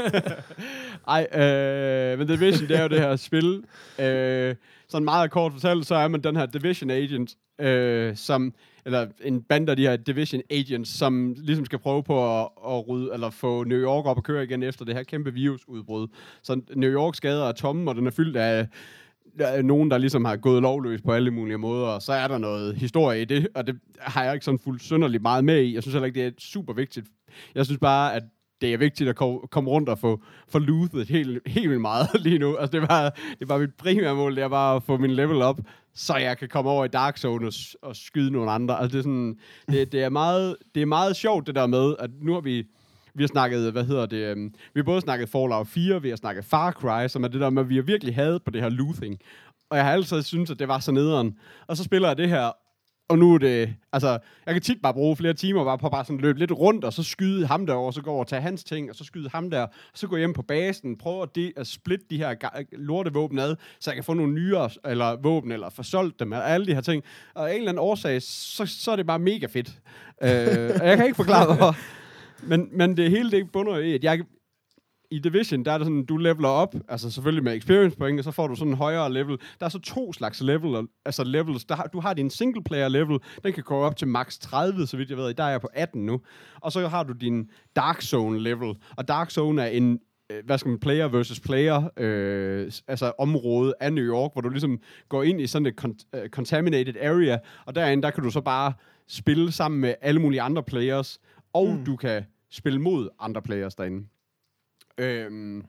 Ej, øh, men The Division, det er jo det her spil. Øh, sådan meget kort fortalt, så er man den her Division Agent, øh, som... eller en bande af de her Division Agents, som ligesom skal prøve på at, at rydde, eller få New York op at køre igen efter det her kæmpe virusudbrud. Så New Yorks gader er tomme, og den er fyldt af, af nogen, der ligesom har gået lovløs på alle mulige måder, og så er der noget historie i det, og det har jeg ikke sådan fuldt synderligt meget med i. Jeg synes heller ikke, det er super vigtigt. Jeg synes bare, at det er vigtigt at komme rundt og få, få loothet helt, helt vildt meget lige nu. Altså, det var, det var mit primære mål, det er bare at få min level op, så jeg kan komme over i Dark Zone og, og skyde nogle andre. Altså, det er sådan, det, det er meget, det er meget sjovt det der med, at nu har vi, vi har snakket, hvad hedder det, um, vi har både snakket Fallout fire, vi har snakket Far Cry, som er det der med, at vi har virkelig havde på det her looting. Og jeg har altid syntes, at det var så nederen. Og så spiller jeg det her, og nu er det, altså, jeg kan tit bare bruge flere timer bare på bare sådan løbe lidt rundt, og så skyde ham derover, så gå over og tage hans ting, og så skyde ham der, og så gå hjem på basen, prøve at, de, at splitte de her lortevåben ad, så jeg kan få nogle nyere eller våben, eller få solgt dem, eller alle de her ting. Og af en eller anden årsag, så, så er det bare mega fedt. øh, og jeg kan ikke forklare, hvorfor. Men, men det hele det bunder i, at jeg, i Division, der er det sådan, du leveler op, altså selvfølgelig med experience point, og så får du sådan en højere level. Der er så to slags level, altså levels. Der har, du har din single player level, den kan gå op til max tredive, så vidt jeg ved. Der er jeg på atten nu. Og så har du din Dark Zone level, og Dark Zone er en hvad skal man, player versus player, øh, altså område af New York, hvor du ligesom går ind i sådan et con- uh, contaminated area, og derinde, der kan du så bare spille sammen med alle mulige andre players, og mm. du kan spille mod andre players derinde. Øhm,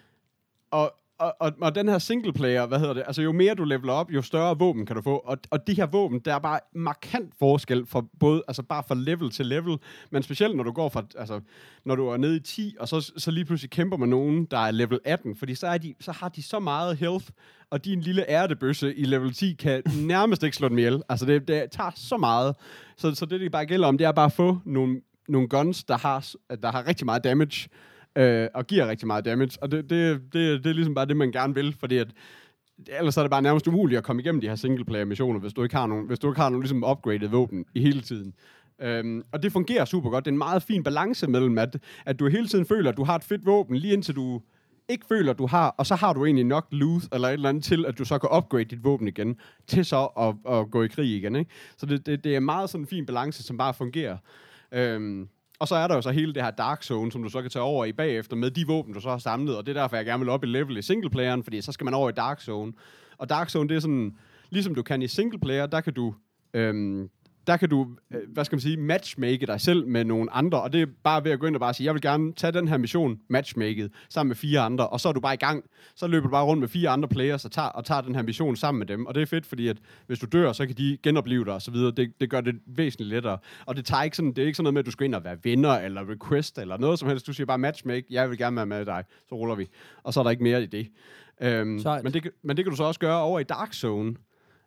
og, og, og, og den her single player, hvad hedder det, altså jo mere du leveler op, jo større våben kan du få, og, og de her våben, der er bare markant forskel fra både, altså bare fra level til level, men specielt når du går fra, altså når du er nede i ti, og så, så lige pludselig kæmper med nogen, der er level atten, fordi så, er de, så har de så meget health, og din lille ærtebøsse i level ti kan nærmest ikke slå dem ihjel. Altså det, det tager så meget, så, så det, det bare gælder om, det er bare at få nogle, nogle guns, der har, der har rigtig meget damage, Øh, og giver rigtig meget damage, og det, det, det, det er ligesom bare det, man gerne vil, fordi at, ellers er det bare nærmest umuligt at komme igennem de her singleplayer-missioner, hvis du ikke har nogen, hvis du ikke har nogen ligesom upgraded våben i hele tiden. Øhm, og det fungerer super godt. Det er en meget fin balance mellem, at, at du hele tiden føler, at du har et fedt våben, lige indtil du ikke føler, at du har, og så har du egentlig nok loot eller et eller andet til, at du så kan upgrade dit våben igen, til så at, at gå i krig igen. Ikke? Så det, det, det er meget sådan en fin balance, som bare fungerer. Øhm, Og så er der jo så hele det her Dark Zone, som du så kan tage over i bagefter med de våben, du så har samlet. Og det er derfor, jeg gerne vil op i level i singleplayeren, fordi så skal man over i Dark Zone. Og Dark Zone, det er sådan, ligesom du kan i singleplayer, der kan du, øhm, der kan du, øh, hvad skal man sige, matchmake dig selv med nogle andre. Og det er bare ved at gå ind og bare sige, jeg vil gerne tage den her mission matchmaket sammen med fire andre. Og så er du bare i gang. Så løber du bare rundt med fire andre players og tager, og tager den her mission sammen med dem. Og det er fedt, fordi at hvis du dør, så kan de genopleve dig og så videre. Det, det gør det væsentligt lettere. Og det tager ikke sådan, det er ikke sådan noget med, at du skal ind og være venner eller request eller noget som helst. Du siger bare matchmake, jeg vil gerne være med dig. Så ruller vi. Og så er der ikke mere i det. Øhm, men, det men det kan du så også gøre over i Dark Zone.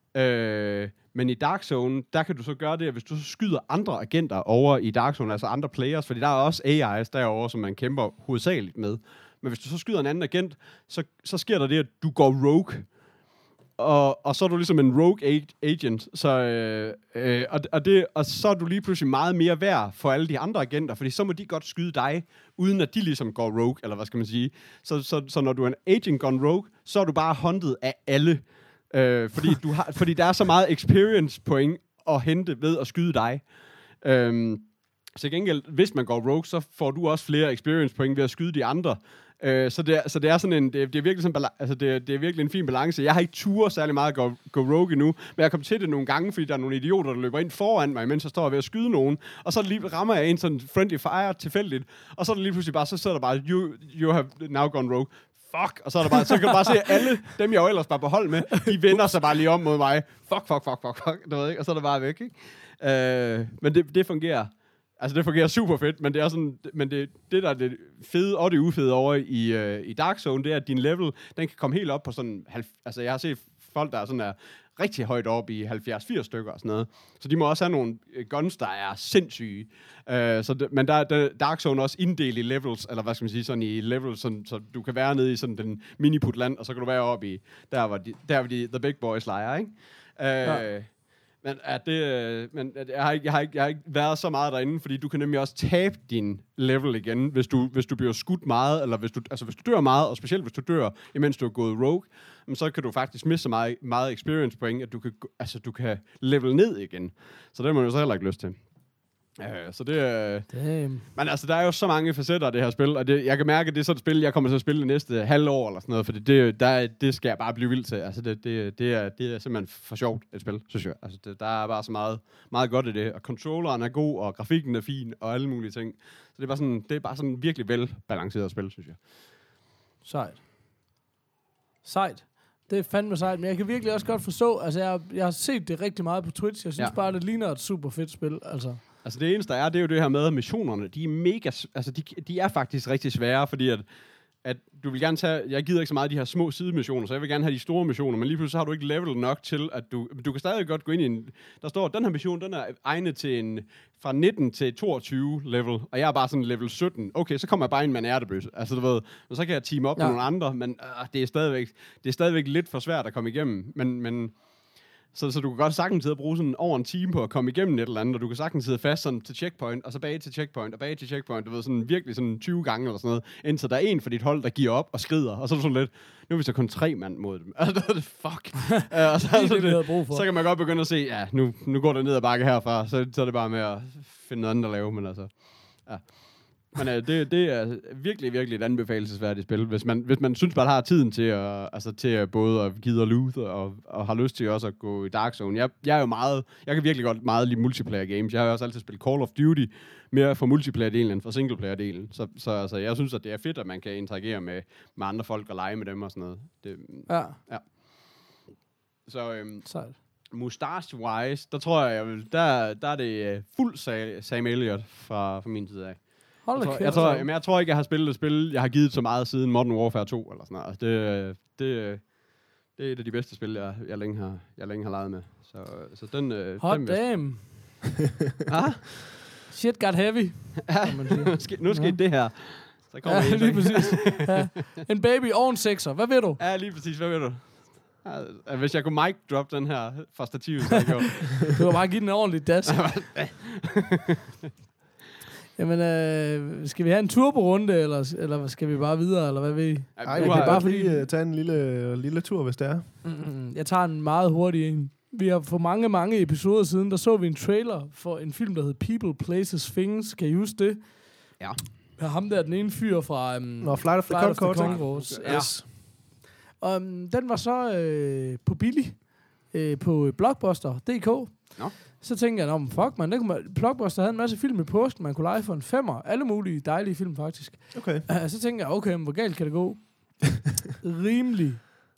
Øh, men i Dark Zone, der kan du så gøre det, at hvis du så skyder andre agenter over i Dark Zone, altså andre players, fordi der er også A Is derovre, som man kæmper hovedsageligt med. Men hvis du så skyder en anden agent, så, så sker der det, at du går rogue. Og, og så er du ligesom en rogue agent. Så, øh, øh, og, og, det, og så er du lige pludselig meget mere værd for alle de andre agenter, fordi så må de godt skyde dig, uden at de ligesom går rogue, eller hvad skal man sige. Så, så, så når du er en agent gone rogue, så er du bare hunted af alle. Øh, fordi, du har, fordi der er så meget experience point at hente ved at skyde dig. Øh, så gengæld, hvis man går rogue, så får du også flere experience point ved at skyde de andre. Øh, så, det er, så det er sådan en, det er, det er virkelig sådan, altså det er, det er virkelig en fin balance. Jeg har ikke tur særlig meget at gå, gå rogue endnu, men jeg kom til det nogle gange, fordi der er nogle idioter, der løber ind foran mig, mens jeg står ved at skyde nogen, og så lige rammer jeg en sådan friendly fire tilfældigt, og så er der lige pludselig bare, så sidder der bare, you, you have now gone rogue. Fuck, og så er der bare, så kan du bare se, at alle dem, jeg jo ellers bare på hold med, de vender sig bare lige om mod mig. Fuck, fuck, fuck, fuck, fuck, du ved ikke, og så er der bare væk, ikke? Øh, men det, det fungerer. Altså, det fungerer super fedt, men det er sådan, men det, det der er det fede og det ufede over i, øh, i Dark Zone, det er, at din level, den kan komme helt op på sådan, altså jeg har set folk, der er sådan er rigtig højt op i halvfjerds firs stykker og sådan noget. Så de må også have nogle guns, der er sindssyge. Uh, så det, men der, der Dark Zone også inddelt i levels, eller hvad skal man sige, sådan i levels, sådan, så du kan være nede i sådan den miniput-land, og så kan du være oppe i, der hvor de, der hvor de, the big boys leger, ikke? Uh, ja. Men, er det, men jeg, har ikke, jeg, har ikke, jeg har ikke været så meget derinde, fordi du kan nemlig også tabe din level igen, hvis du, hvis du bliver skudt meget, eller hvis du, altså hvis du dør meget, og specielt hvis du dør, imens du er gået rogue, så kan du faktisk miste så meget, meget experience point, at du kan, altså, du kan level ned igen. Så det har man jo så heller ikke lyst til. Uh, så det uh, men altså, der er jo så mange facetter af det her spil, og det, jeg kan mærke, at det er sådan et spil, jeg kommer til at spille det næste halve år, eller sådan noget, for det, der, det skal jeg bare blive vild til. Altså, det, det, det, er, det er simpelthen for sjovt, et spil, synes jeg. Altså, det, der er bare så meget, meget godt i det, og controlleren er god, og grafikken er fin, og alle mulige ting. Så det er bare sådan, det er bare sådan virkelig velbalanceret spil, synes jeg. Sejt. Sejt. Det er fandme sejt, men jeg kan virkelig også godt forstå, altså, jeg, jeg har set det rigtig meget på Twitch, jeg synes ja. bare, det ligner et super fedt spil, altså. Altså det eneste der er, det er jo det her med, at missionerne, de er mega, altså de, de er faktisk rigtig svære, fordi at, at du vil gerne tage, jeg gider ikke så meget af de her små sidemissioner, så jeg vil gerne have de store missioner, men lige pludselig så har du ikke level nok til, at du, du kan stadig godt gå ind i en, der står, at den her mission, den er egnet til en, fra nitten til toogtyve level, og jeg er bare sådan level sytten. Okay, så kommer jeg bare ind med en ærtebøsse. Altså du ved, og så kan jeg teame op ja. med nogle andre, men øh, det er stadigvæk, det er stadigvæk lidt for svært at komme igennem, men, men Så, så du kan godt sagtens sidde og bruge sådan over en time på at komme igennem et eller andet, og du kan sagtens sidde fast sådan til checkpoint, og så bage til checkpoint, og bage til checkpoint, du ved, sådan virkelig sådan tyve gange eller sådan noget, indtil der er en for dit hold, der giver op og skrider, og så er du sådan lidt, nu er vi så kun tre mand mod dem. Altså, det er fuck. uh, og så, det, så, det, det, så kan man godt begynde at se, ja, nu, nu går det ned ad bakke herfra, så, så er det bare med at finde noget andet at lave, men altså, ja. Men uh, det, det er virkelig, virkelig et anbefalelsesværdigt spil, hvis man, hvis man synes, man har tiden til at, altså til at både at gide og loot, og, og har lyst til også at gå i Dark Zone. Jeg, jeg er jo meget, jeg kan virkelig godt meget lide multiplayer games. Jeg har jo også altid spillet Call of Duty mere for multiplayer-delen end for singleplayer-delen. Så, så altså, jeg synes, at det er fedt, at man kan interagere med, med andre folk og lege med dem og sådan noget. Det, ja. ja. Så øhm, Sejt. Mustache-wise, der tror jeg, jeg vil, der, der er det uh, fuld Sa- Sam Elliott fra, fra min side af. Hold Jeg da tror, kæft. jeg, tror, jamen, jeg tror ikke, jeg har spillet et spil, jeg har givet så meget siden Modern Warfare to, eller sådan noget. Altså, det, det, det er et af de bedste spil, jeg, jeg, længe, har, jeg længe har leget med. Så, så den... Hot den damn. ah? Shit got heavy. Nu skete ja. det her. Så kommer ja, en, lige præcis. Ja. En baby og en sekser. Hvad ved du? Ja, lige præcis. Hvad ved du? Ja, hvis jeg kunne mic drop den her fra stativet, så jeg gjorde. Du kan bare give den en ordentlig das. Jamen, øh, skal vi have en turbo-runde, eller, eller skal vi bare videre, eller hvad ved I? Ej, jeg kan bare lige uh, tage en lille, lille tur, hvis det er. Mm-hmm. Jeg tager en meget hurtig en. Vi har for mange, mange episoder siden, der så vi en trailer for en film, der hed People, Places, Things. Kan I huske det? Ja. Ja, ham der, den ene fyr fra... Um, Nå, Flight of the Flight Conchords. Conchords. Ja. Yes. Um, den var så øh, på billig øh, på Blockbuster punktum d k. Nå. Så tænkte jeg, om fuck man, det kunne man, Blockbuster havde en masse film i påsken, man kunne lege for en femmer. Alle mulige dejlige film, faktisk. Okay. Uh, så tænkte jeg, okay, men hvor galt kan det gå? Rimelig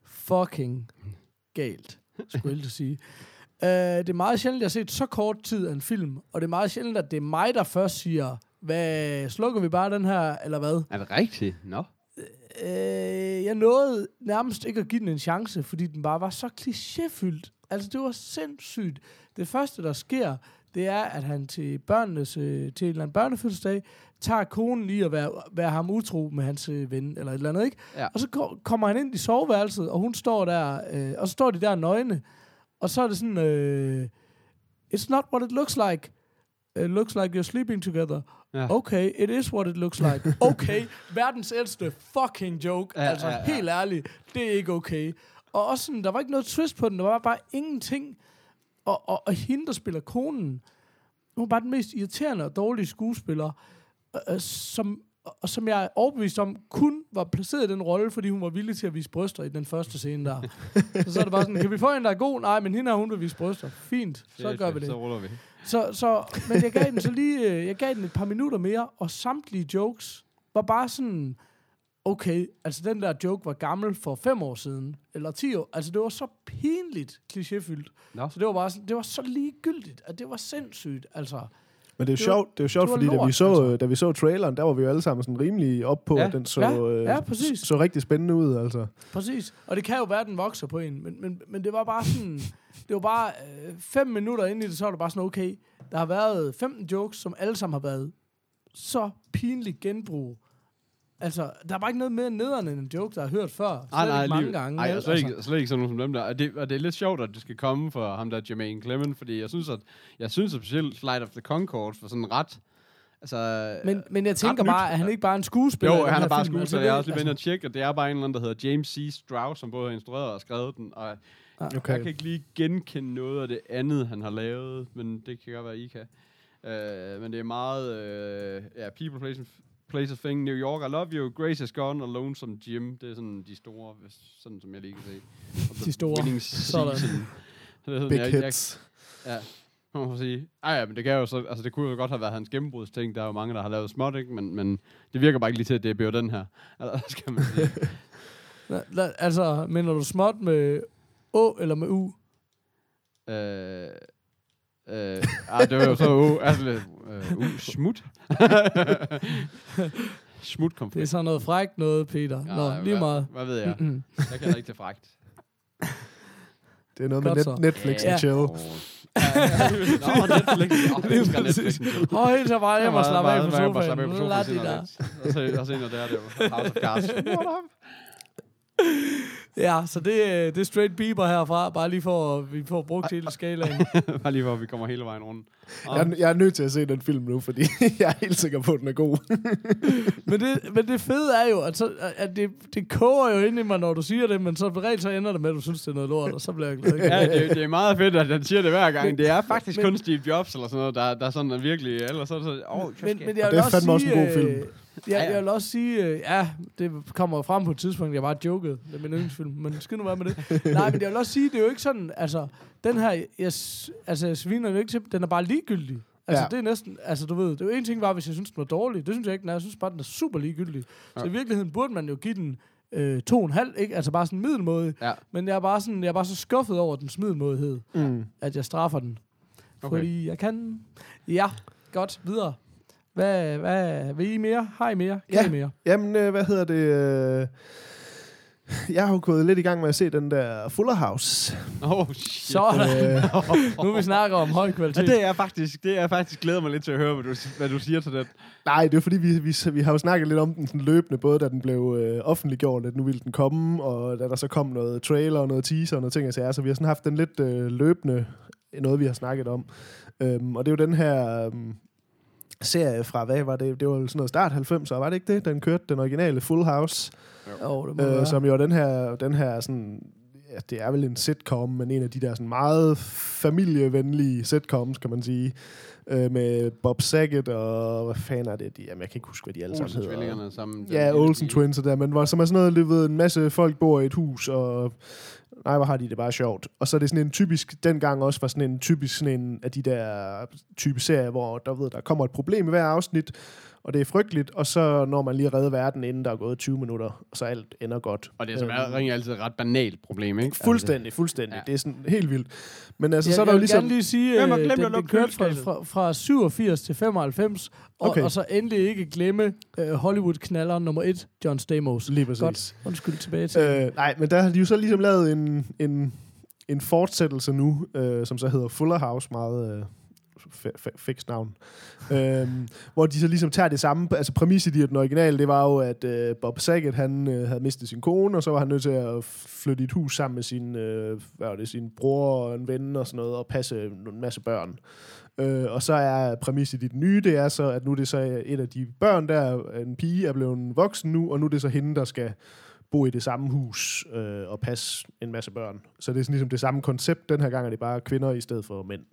fucking galt, skulle jeg sige. Uh, det er meget sjældent, jeg har set så kort tid af en film, og det er meget sjældent, at det er mig, der først siger, hvad, slukker vi bare den her, eller hvad? Er det rigtigt? Nå. No. Uh, jeg nåede nærmest ikke at give den en chance, fordi den bare var så klichéfyldt. Altså, det var sindssygt. Det første, der sker, det er, at han til børnenes, øh, til en eller anden børnefødselsdag, tager konen i at være, være ham utro med hans øh, ven, eller et eller andet, ikke? Ja. Og så ko- kommer han ind i soveværelset, og hun står der, øh, og så står de der nøgne, og så er det sådan, øh, it's not what it looks like. It looks like you're sleeping together. Ja. Okay, it is what it looks like. Okay, verdens ældste fucking joke. Ja, altså, ja, ja. Helt ærligt, det er ikke okay. Og også sådan, der var ikke noget twist på den, der var bare ingenting. Og, og, og hende, der spiller konen, hun var bare den mest irriterende og dårlige skuespiller, øh, som, og som jeg er overbevist om, kun var placeret i den rolle, fordi hun var villig til at vise bryster i den første scene der. så, så er det bare sådan, kan vi få en, der er god? Nej, men hende har hun vil vise bryster. Fint, så gør vi det. Så ruller vi. Så, så, men jeg gav den så lige, jeg gav den et par minutter mere, og samtlige jokes var bare sådan, okay, altså den der joke var gammel for fem år siden, eller ti år, altså det var så pinligt klichéfyldt. No. Så det var bare sådan, det var så ligegyldigt, at det var sindssygt, altså. Men det er jo sjovt, det er jo sjovt, fordi lort, da vi så altså. da vi så traileren, der var vi jo alle sammen sådan rimelig op på, ja. at den så ja, øh, ja, præcis. så, så rigtig spændende ud, altså. Præcis. Og det kan jo være, at den vokser på en, men, men, men det var bare sådan, det var bare øh, fem minutter inde i det, så var det bare sådan, okay, der har været femten jokes, som alle sammen har været så pinligt genbrug. Altså, der er bare ikke noget mere nederen end en joke, der har hørt før. Nej, nej, mange lige, gange. Nej, slet, altså. ikke, slet ikke sådan nogle som dem der. Og det, og det er lidt sjovt, at det skal komme for ham der, Jermaine Clement, fordi jeg synes, at jeg synes at specielt Flight of the Conchords var sådan ret... Altså, men, men jeg tænker bare, nyt. At han ikke bare en skuespiller? Jo, han er bare film, skuespiller. altså, Jeg har også lige været inde og tjekke, og det er bare en eller anden, der hedder James C. Strauss, som både har instrueret og skrevet den. Og okay. Jeg kan ikke lige genkende noget af det andet, han har lavet, men det kan godt være, I kan. Uh, men det er meget... Uh, ja, People, Places, Places, Thing, New York, I Love You, Grace is Gone og Lonesome Jim. Det er sådan de store, sådan som jeg lige kan se. De store. Sådan. Big jeg, hits. Jeg, ja. Man må sige, ej ja, men det kan jo så, altså det kunne jo godt have været hans gennembrudsting. Der er jo mange, der har lavet småt, ikke? Men, men det virker bare ikke lige til, at det bliver den her. Altså, skal man sige. la, la, altså, mener du småt med Å eller med U? Øh... Øh... Ah, det var jo så U. Altså, øh, U. Smut. Smut konflikt. Det er sådan noget frækt noget, Peter. Ja, Nå, hvad, lige meget. Hvad ved jeg? Mm-hmm. Jeg kan ikke til frækt. Det er noget godt med net- Netflix ja. and chill. Oh. Nå, Netflix. Jeg elsker Netflix. Åh, helt så bare hjem og slappe af på sofaen. Slappe af på sofaen. Og så ind og der, det var House of Cards. Ja, så det, det er straight Bieber herfra, bare lige for, at vi får brugt hele skalaen. Bare lige for, at vi kommer hele vejen rundt. Jeg, er- jeg er nødt til at se den film nu, fordi jeg er helt sikker på, at den er god. men, det, men det fede er jo, at, så, at det, det koger jo ind i mig, når du siger det, men så reelt så ender det med, at du synes, det er noget lort, og så bliver jeg glad. Ja, det, det er meget fedt, at han siger det hver gang. Det er faktisk men, kun Steve Jobs eller sådan noget, der, der er sådan er virkelig... Ellers så er det så... Oh, men, men jeg og vil det er også fandme også sige, en god film. øh, Ja, jeg vil også sige, øh, ja, det kommer frem på et tidspunkt, jeg bare jokede. Det er min yndlingsfilm, men skid nu være med det. Nej, men jeg vil også sige, det er jo ikke sådan, altså, den her, jeg, altså, jeg sviner jo ikke til, den er bare ligegyldig. Altså, ja. Det er næsten, altså, du ved, det er jo en ting bare, hvis jeg synes, den var dårlig. Det synes jeg ikke, den er. Jeg synes bare, den er super ligegyldig. Ja. Så i virkeligheden burde man jo give den øh, to og en halv, ikke? Altså bare sådan middelmåde. Ja. Men jeg er bare sådan, jeg er bare så skuffet over dens middelmådighed, mm. at jeg straffer den. Okay. Fordi jeg kan... Ja, godt, videre. Hvad, hvad, vil I mere? Har I mere? Kan ja. I mere? Jamen, øh, hvad hedder det? Øh, jeg har jo gået lidt i gang med at se den der Fuller House. Oh, shit. Sådan. Øh. Nu vi snakker om høj kvalitet. Ja, det er faktisk, det er faktisk glæder mig lidt til at høre, hvad du, hvad du siger til det. Nej, det er fordi, vi, vi, vi har jo snakket lidt om den sådan løbende, både da den blev øh, offentliggjort, at nu ville den komme, og da der så kom noget trailer og noget teaser og noget ting, så, så vi har sådan haft den lidt øh, løbende, noget vi har snakket om. Øhm, og det er jo den her... Øh, serie fra, hvad var det? Det var sådan noget start halvfemser, var det ikke det? Den kørte den originale Full House. Jo, det må øh, som jo den her, den her sådan, ja, det er vel en sitcom, men en af de der sådan meget familievenlige sitcoms, kan man sige. Øh, med Bob Saget og, hvad fanden er det? De, jamen, jeg kan ikke huske, hvad de alle sammen hedder. Olsen-tvillingerne sammen. Ja, Olsen Twins og der, men hvor, som er sådan noget, du ved, en masse folk bor i et hus, og nej, hvor har de det bare sjovt. Og så er det sådan en typisk, dengang også var sådan en typisk sådan en af de der type serier, hvor der, ved, der kommer et problem i hver afsnit, og det er frygteligt, og så når man lige redder verden, inden der er gået tyve minutter, så alt ender godt. Og det er som er øhm, altid et ret banalt problem, ikke? Fuldstændig, fuldstændig. Ja. Det er sådan helt vildt. Men altså, ja, så er der jo ligesom... ligesom... Jeg vil gerne lige sige, at den, den, den kørte fra, fra, fra syvogfirs til femoghalvfems, og, okay. og så endelig ikke glemme uh, Hollywood-knalleren nummer et, John Stamos. Lige præcis. Godt, undskyld tilbage til. Øh, nej, men der har de jo så ligesom lavet en, en, en fortsættelse nu, øh, som så hedder Fuller House, meget... Øh, fix navn. øhm, hvor de så ligesom tager det samme, altså præmisset i den originale, det var jo, at øh, Bob Saget, han øh, havde mistet sin kone, og så var han nødt til at flytte i et hus sammen med sin, øh, hvad var det, sin bror og en ven og sådan noget, og passe en masse børn. Øh, og så er præmisset i den nye, det er så, at nu er det så et af de børn der, en pige er blevet voksen nu, og nu er det så hende, der skal bo i det samme hus øh, og passe en masse børn. Så det er sådan ligesom det samme koncept. Den her gang er det bare kvinder i stedet for mænd.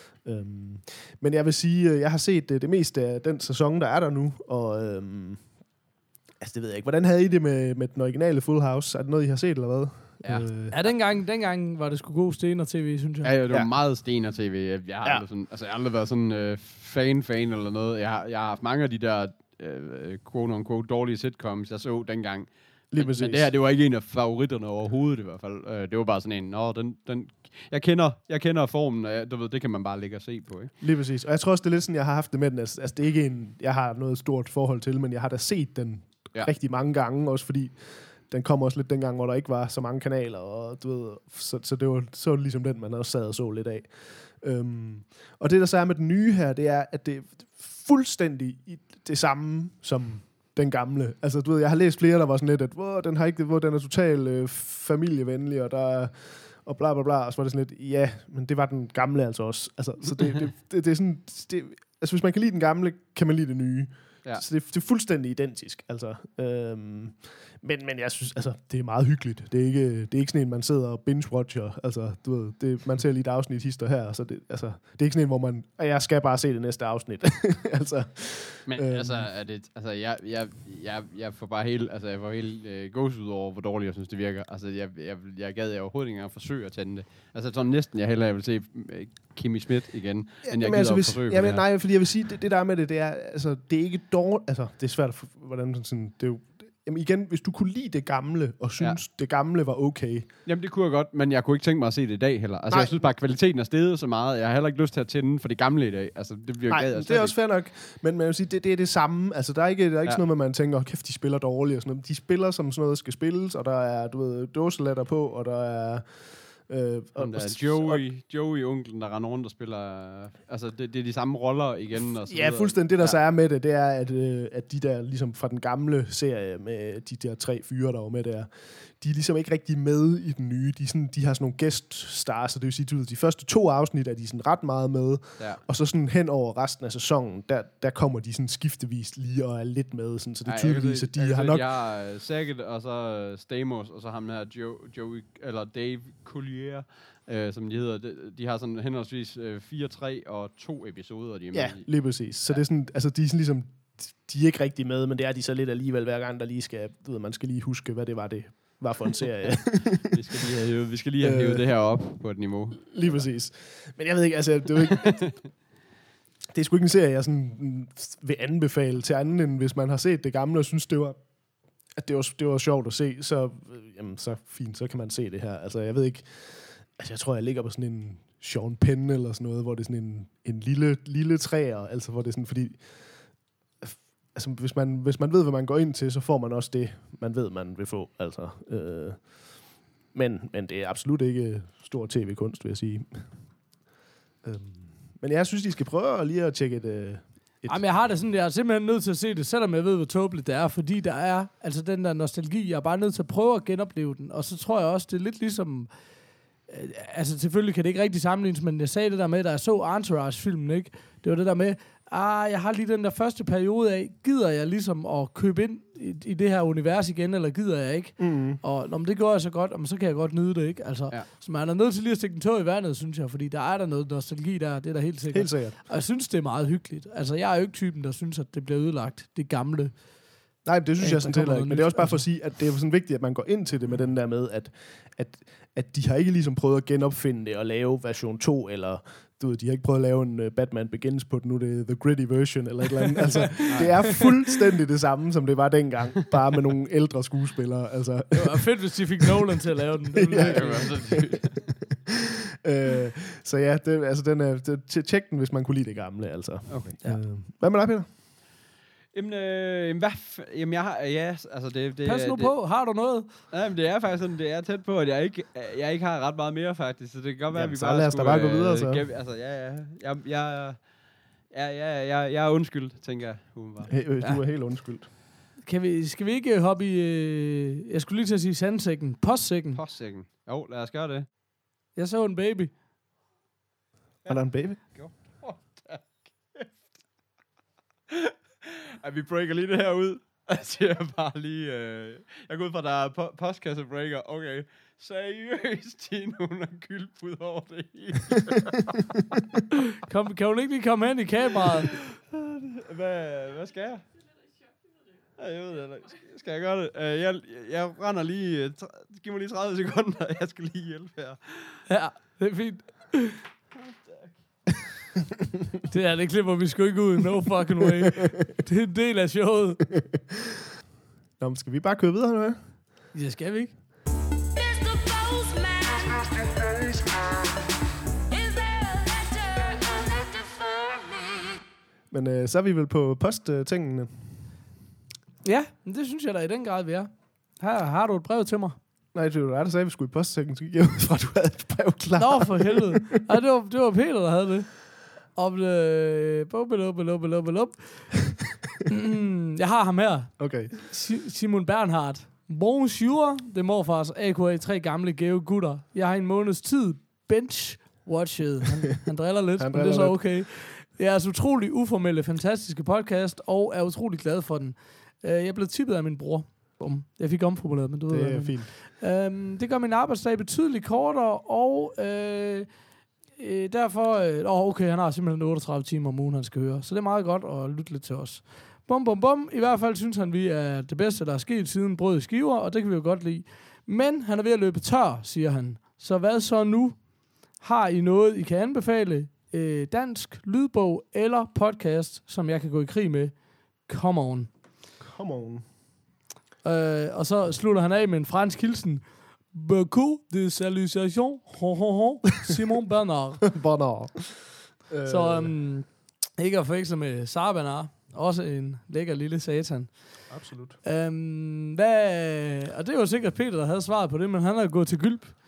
Øhm, men jeg vil sige, jeg har set det, det meste af den sæson, der er der nu, og øhm, altså det ved jeg ikke. Hvordan havde I det med, med den originale Full House? Er det noget, I har set, eller hvad? Ja, øh. ja dengang, dengang var det sgu god stener-tv, synes jeg. Ja, ja det var ja. meget stener-tv. Jeg, jeg har ja. aldrig, sådan, altså, jeg har aldrig været sådan øh, fan-fan eller noget. Jeg har, jeg har haft mange af de der øh, quote-unquote dårlige sitcoms, jeg så dengang. Lige men, men det her, det var ikke en af favoritterne overhovedet i hvert fald. Øh, det var bare sådan en, nå, den, den, jeg kender, jeg kender formen, og jeg, du ved, det kan man bare ligge og se på, ikke? Lige præcis. Og jeg tror også, det er lidt sådan, jeg har haft det med den. Altså, altså det er ikke en, jeg har noget stort forhold til, men jeg har da set den ja. rigtig mange gange, også fordi den kom også lidt dengang, hvor der ikke var så mange kanaler, og du ved, så, så det var så ligesom den, man også sad og så lidt af. Øhm, og det, der så er med den nye her, det er, at det er fuldstændig det samme som den gamle. Altså, du ved, jeg har læst flere, der var sådan lidt, at hvor, den har ikke, hvor den er totalt øh, familievenlig, og der er, og bla bla bla, og så var det sådan lidt, ja, men det var den gamle altså også. Altså, så det, det, det, det er sådan, det, altså hvis man kan lide den gamle, kan man lide det nye. Ja. Så det, det er fuldstændig identisk, altså. Øhm, men, men jeg synes, altså, det er meget hyggeligt. Det er ikke, det er ikke sådan en, man sidder og binge-watcher. Altså, du ved, det, man ser lige et afsnit hister her, så det, altså, det er ikke sådan en, hvor man, jeg skal bare se det næste afsnit. altså, men øhm, altså, er det, altså, jeg, jeg, jeg, jeg får bare helt, altså, jeg får helt øh, gåsehud over, hvor dårligt jeg synes, det virker. Altså, jeg, jeg, jeg gad jeg overhovedet ikke engang forsøge at tænde det. Altså, sådan næsten, jeg hellere vil se øh, Kimmy Schmidt igen, ja, end jeg gider altså, at hvis, forsøge jamen, det nej, fordi jeg vil sige, det, det der er med det, det er, altså, det er ikke dårligt, altså, det er svært at, hvordan sådan, det er jo, jamen igen, hvis du kunne lide det gamle, og synes, ja. det gamle var okay. Jamen, det kunne jeg godt, men jeg kunne ikke tænke mig at se det i dag heller. Altså, nej. Jeg synes bare, at kvaliteten er steget så meget. Jeg har heller ikke lyst til at tænde for det gamle i dag. Altså, det bliver nej, gad, det er også fair nok. Men man vil sige, det, det er det samme. Altså, der er ikke, der er ikke ja. sådan noget, man tænker, oh, kæft, de spiller dårligt og sådan noget. De spiller, som sådan noget skal spilles, og der er, du ved, dåseletter på, og der er Øh, og, og, Joey, Joey, onklen, der render rundt og spiller... Altså, det, det er de samme roller igen. Og så ja, fuldstændig. Det, der ja. så er med det, det er, at, øh, at de der, ligesom fra den gamle serie, med de der tre fyre, der var med der, de er ligesom ikke rigtig med i den nye. De, sådan, de har sådan nogle guest stars, så det vil sige, at de første to afsnit er de sådan ret meget med, ja. og så sådan hen over resten af sæsonen, der, der kommer de sådan skiftevis lige og er lidt med, sådan, så det er tydeligvis, at de har nok... Jeg har Saget, og så Stamos, og så ham her Joe, Joey, eller Dave Collier, øh, som de hedder. De, de har sådan henholdsvis øh, fire, tre og to episoder, de er ja, med i. Lige præcis. Så ja. det er sådan, altså de er sådan ligesom, de er ikke rigtig med, men det er de så lidt alligevel hver gang, der lige skal, du ved, man skal lige huske, hvad det var, det var for en serie. vi skal lige have, vi skal lige have hævet det her op på et niveau. Lige præcis. Men jeg ved ikke, altså, det er ikke... Det er sgu ikke en serie, jeg sådan vil anbefale til anden, end hvis man har set det gamle og synes, det var, at det var, det var sjovt at se, så, jamen, så fint, så kan man se det her. Altså, jeg ved ikke... Altså, jeg tror, jeg ligger på sådan en Sean Penn eller sådan noget, hvor det er sådan en, en lille, lille træer, altså, hvor det er sådan, fordi... Altså, hvis man, hvis man ved, hvad man går ind til, så får man også det, man ved, man vil få, altså. Øh, men, men det er absolut ikke stor tv-kunst, vil jeg sige. øh, men jeg synes, de skal prøve lige at tjekke et... et Jamen, jeg har det sådan, jeg er simpelthen nødt til at se det, selvom jeg ved, hvor tåbeligt det er, fordi der er altså den der nostalgi, jeg er bare nødt til at prøve at genopleve den, og så tror jeg også, det er lidt ligesom... Øh, altså, selvfølgelig kan det ikke rigtig sammenlignes, men jeg sagde det der med, da jeg så Entourage-filmen, ikke? Det var det der med... Ah, jeg har lige den der første periode af, gider jeg ligesom at købe ind i, i det her univers igen, eller gider jeg ikke? Mm. Og når det går jeg så godt, så kan jeg godt nyde det, ikke? Altså, ja. Så man er nødt til lige at stikke den tog i vandet, synes jeg, fordi der er der noget nostalgi der, det er der helt sikkert. Helt sikkert. Og jeg synes, det er meget hyggeligt. Altså, jeg er jo ikke typen, der synes, at det bliver ødelagt, det gamle. Nej, det synes ja, jeg sådan heller ikke, men det er også bare for at sige, at det er sådan vigtigt, at man går ind til det med den der med, at, at, at de har ikke ligesom prøvet at genopfinde det og lave version to, eller du ved, de har ikke prøvet at lave en uh, Batman Begins på det, nu det er The Gritty Version, eller et eller andet. Altså, det er fuldstændig det samme, som det var dengang, bare med nogle ældre skuespillere. Altså. Det var fedt, hvis de fik Nolan til at lave den. Det ja. øh, så ja, det, altså, den er, det, tjek den, hvis man kunne lide det gamle, altså. Okay. Ja. Øh, hvad med dig, Peter? Jamen, øh, hvad f- jamen, jeg har, ja, altså det... det Pas nu det, på, har du noget? Nej, men det er faktisk sådan, det er tæt på, at jeg ikke, jeg ikke har ret meget mere, faktisk, så det kan godt være, at vi så bare lad os skulle... bare gå videre, så. Gæb, altså, ja, ja, jeg, jeg, ja, ja, jeg, jeg er undskyldt, tænker jeg. Hey, øh, du ja. er helt undskyldt. Kan vi, skal vi ikke hoppe i... Øh, jeg skulle lige til at sige sandsækken. Postsækken. Postsækken. Jo, lad os gøre det. Jeg så en baby. Ja. Er der en baby? Jo. Oh, tak. Ej, vi breaker lige det her ud. Jeg siger bare lige... Øh, jeg går ud fra, at der er po- postkasse-breaker. Okay. Seriøst, Tine, hun har gyldbud over det hele. Kom, kan hun ikke lige komme hen i kameraet? Hvad, hvad skal jeg? Ja, jeg ved det. Skal jeg gøre det? Uh, jeg, jeg render lige... Uh, t- giv mig lige tredive sekunder. Jeg skal lige hjælpe her. Ja, det er fint. Det er det klip, hvor vi skal ikke ud. No fucking way. Det er en del af showet. Nå, men skal vi bare køre videre, eller hvad? Ja, skal vi ikke? Men øh, så er vi vel på posttingene. Ja, men det synes jeg da i den grad, vi er. Her har du et brev til mig. Nej, det var dig, der sagde, at vi skulle i posttingen. Så gik jeg ud fra, at du havde et brev klar. Nå, for helvede. Ej, det var, det var Peter, der havde det. Om det... Bubbelub, bubbelub, bubbelub. Jeg har ham her. Okay. Si- Simon Bernhardt. Bonjour. Det er morfars A K A tre gamle gave gutter. Jeg har en måneds tid bench-watchet. Han, han driller lidt, han men driller det er så okay. Det er altså utrolig uformelle, fantastiske podcast, og er utrolig glad for den. Jeg er blevet tippet af min bror. Bum. Jeg fik omformuleret, men du det ved... Det er men. fint. Øhm, det gør min arbejdsdag betydeligt kortere, og øh, øh, derfor... Øh, okay, han har simpelthen otteogtredive timer om ugen, han skal høre. Så det er meget godt at lytte lidt til os. Bum, bum, bum. I hvert fald synes han, vi er det bedste, der er sket siden brød i skiver, og det kan vi jo godt lide. Men han er ved at løbe tør, siger han. Så hvad så nu? Har I noget, I kan anbefale? Øh, dansk, lydbog eller podcast, som jeg kan gå i krig med? Come on. Come on. Øh, og så slutter han af med en fransk hilsen. Beaucoup de salutation. Ho, ho, ho. Simon Bernard. Bernard. Så um, ikke at forveksle med Sara Bernard. Også en lækker lille satan. Absolut. Um, hvad, og det var sikkert Peter, der havde svaret på det, men han har gået til gylp.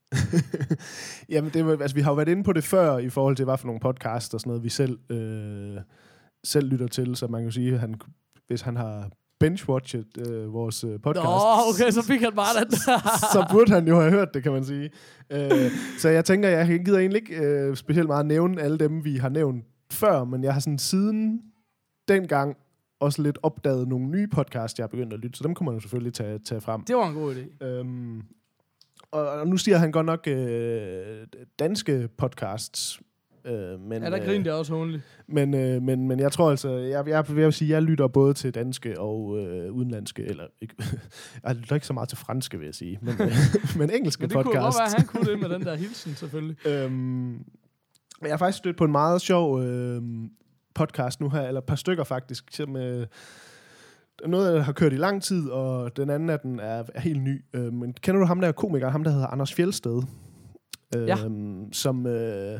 Jamen, det var, altså, vi har jo været inde på det før, i forhold til, hvad for nogle podcasts og sådan noget, vi selv, øh, selv lytter til, så man kan sige, at han, hvis han har binge-watchet øh, vores øh, podcast. Nå, okay, så fik han bare den. Så burde han jo have hørt det, kan man sige. Øh, så jeg tænker, jeg gider egentlig ikke øh, specielt meget nævne alle dem, vi har nævnt før, men jeg har sådan siden dengang også lidt opdaget nogle nye podcasts, jeg har begyndt at lytte, så dem kunne man jo selvfølgelig tage, tage frem. Det var en god idé. Øhm, og, og nu siger han godt nok øh, danske podcasts. Øh, men, ja, der griner det også håndligt. Men, øh, men, men jeg tror altså, jeg, jeg vil sige, jeg lytter både til danske og øh, udenlandske, eller ikke, jeg lytter ikke så meget til franske, vil jeg sige, men, øh, men engelske men det podcasts. kunne godt være, han kunne det med den der hilsen, selvfølgelig. øhm, men jeg har faktisk stødt på en meget sjov øh, podcast nu her, eller et par stykker faktisk, som øh, noget, der har kørt i lang tid, og den anden af den er, er helt ny. Øh, men kender du ham der komiker, ham der hedder Anders Fjeldsted? Øh, ja. Som... Øh,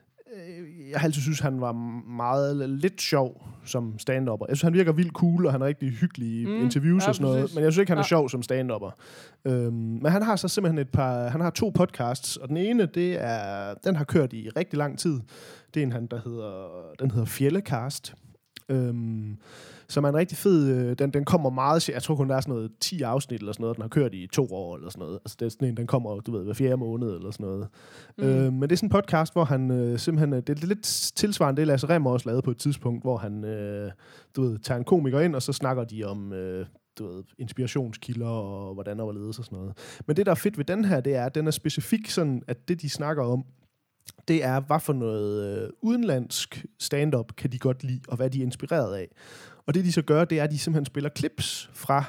jeg har altid synes, han var meget lidt sjov som stand-upper. Jeg synes, han virker vildt cool, og han er rigtig hyggelig i mm, interviews ja, og sådan noget. Men jeg synes ikke, han er ja. sjov som stand-upper. Øhm, men han har så simpelthen et par... Han har to podcasts, og den ene, det er... Den har kørt i rigtig lang tid. Det er en, han, der hedder... Den hedder Fjellekast. Øhm, som er en rigtig fed... Den, den kommer meget... Jeg tror kun, der er sådan noget ti afsnit eller sådan noget. Den har kørt i to år eller sådan noget. Altså, det er sådan en, den kommer, du ved, hver fjerde måned eller sådan noget. Mm. Øhm, men det er sådan en podcast, hvor han øh, simpelthen... Det er lidt tilsvarende, det Lasse Remmer også lavet på et tidspunkt, hvor han, øh, du ved, tager en komiker ind, og så snakker de om... Øh, du ved, inspirationskilder og hvordan og hvorledes og sådan noget. Men det, der er fedt ved den her, det er, at den er specifik sådan, at det, de snakker om, det er, hvad for noget øh, udenlandsk stand-up kan de godt lide, og hvad de er inspireret af. Og det, de så gør, det er, at de simpelthen spiller clips fra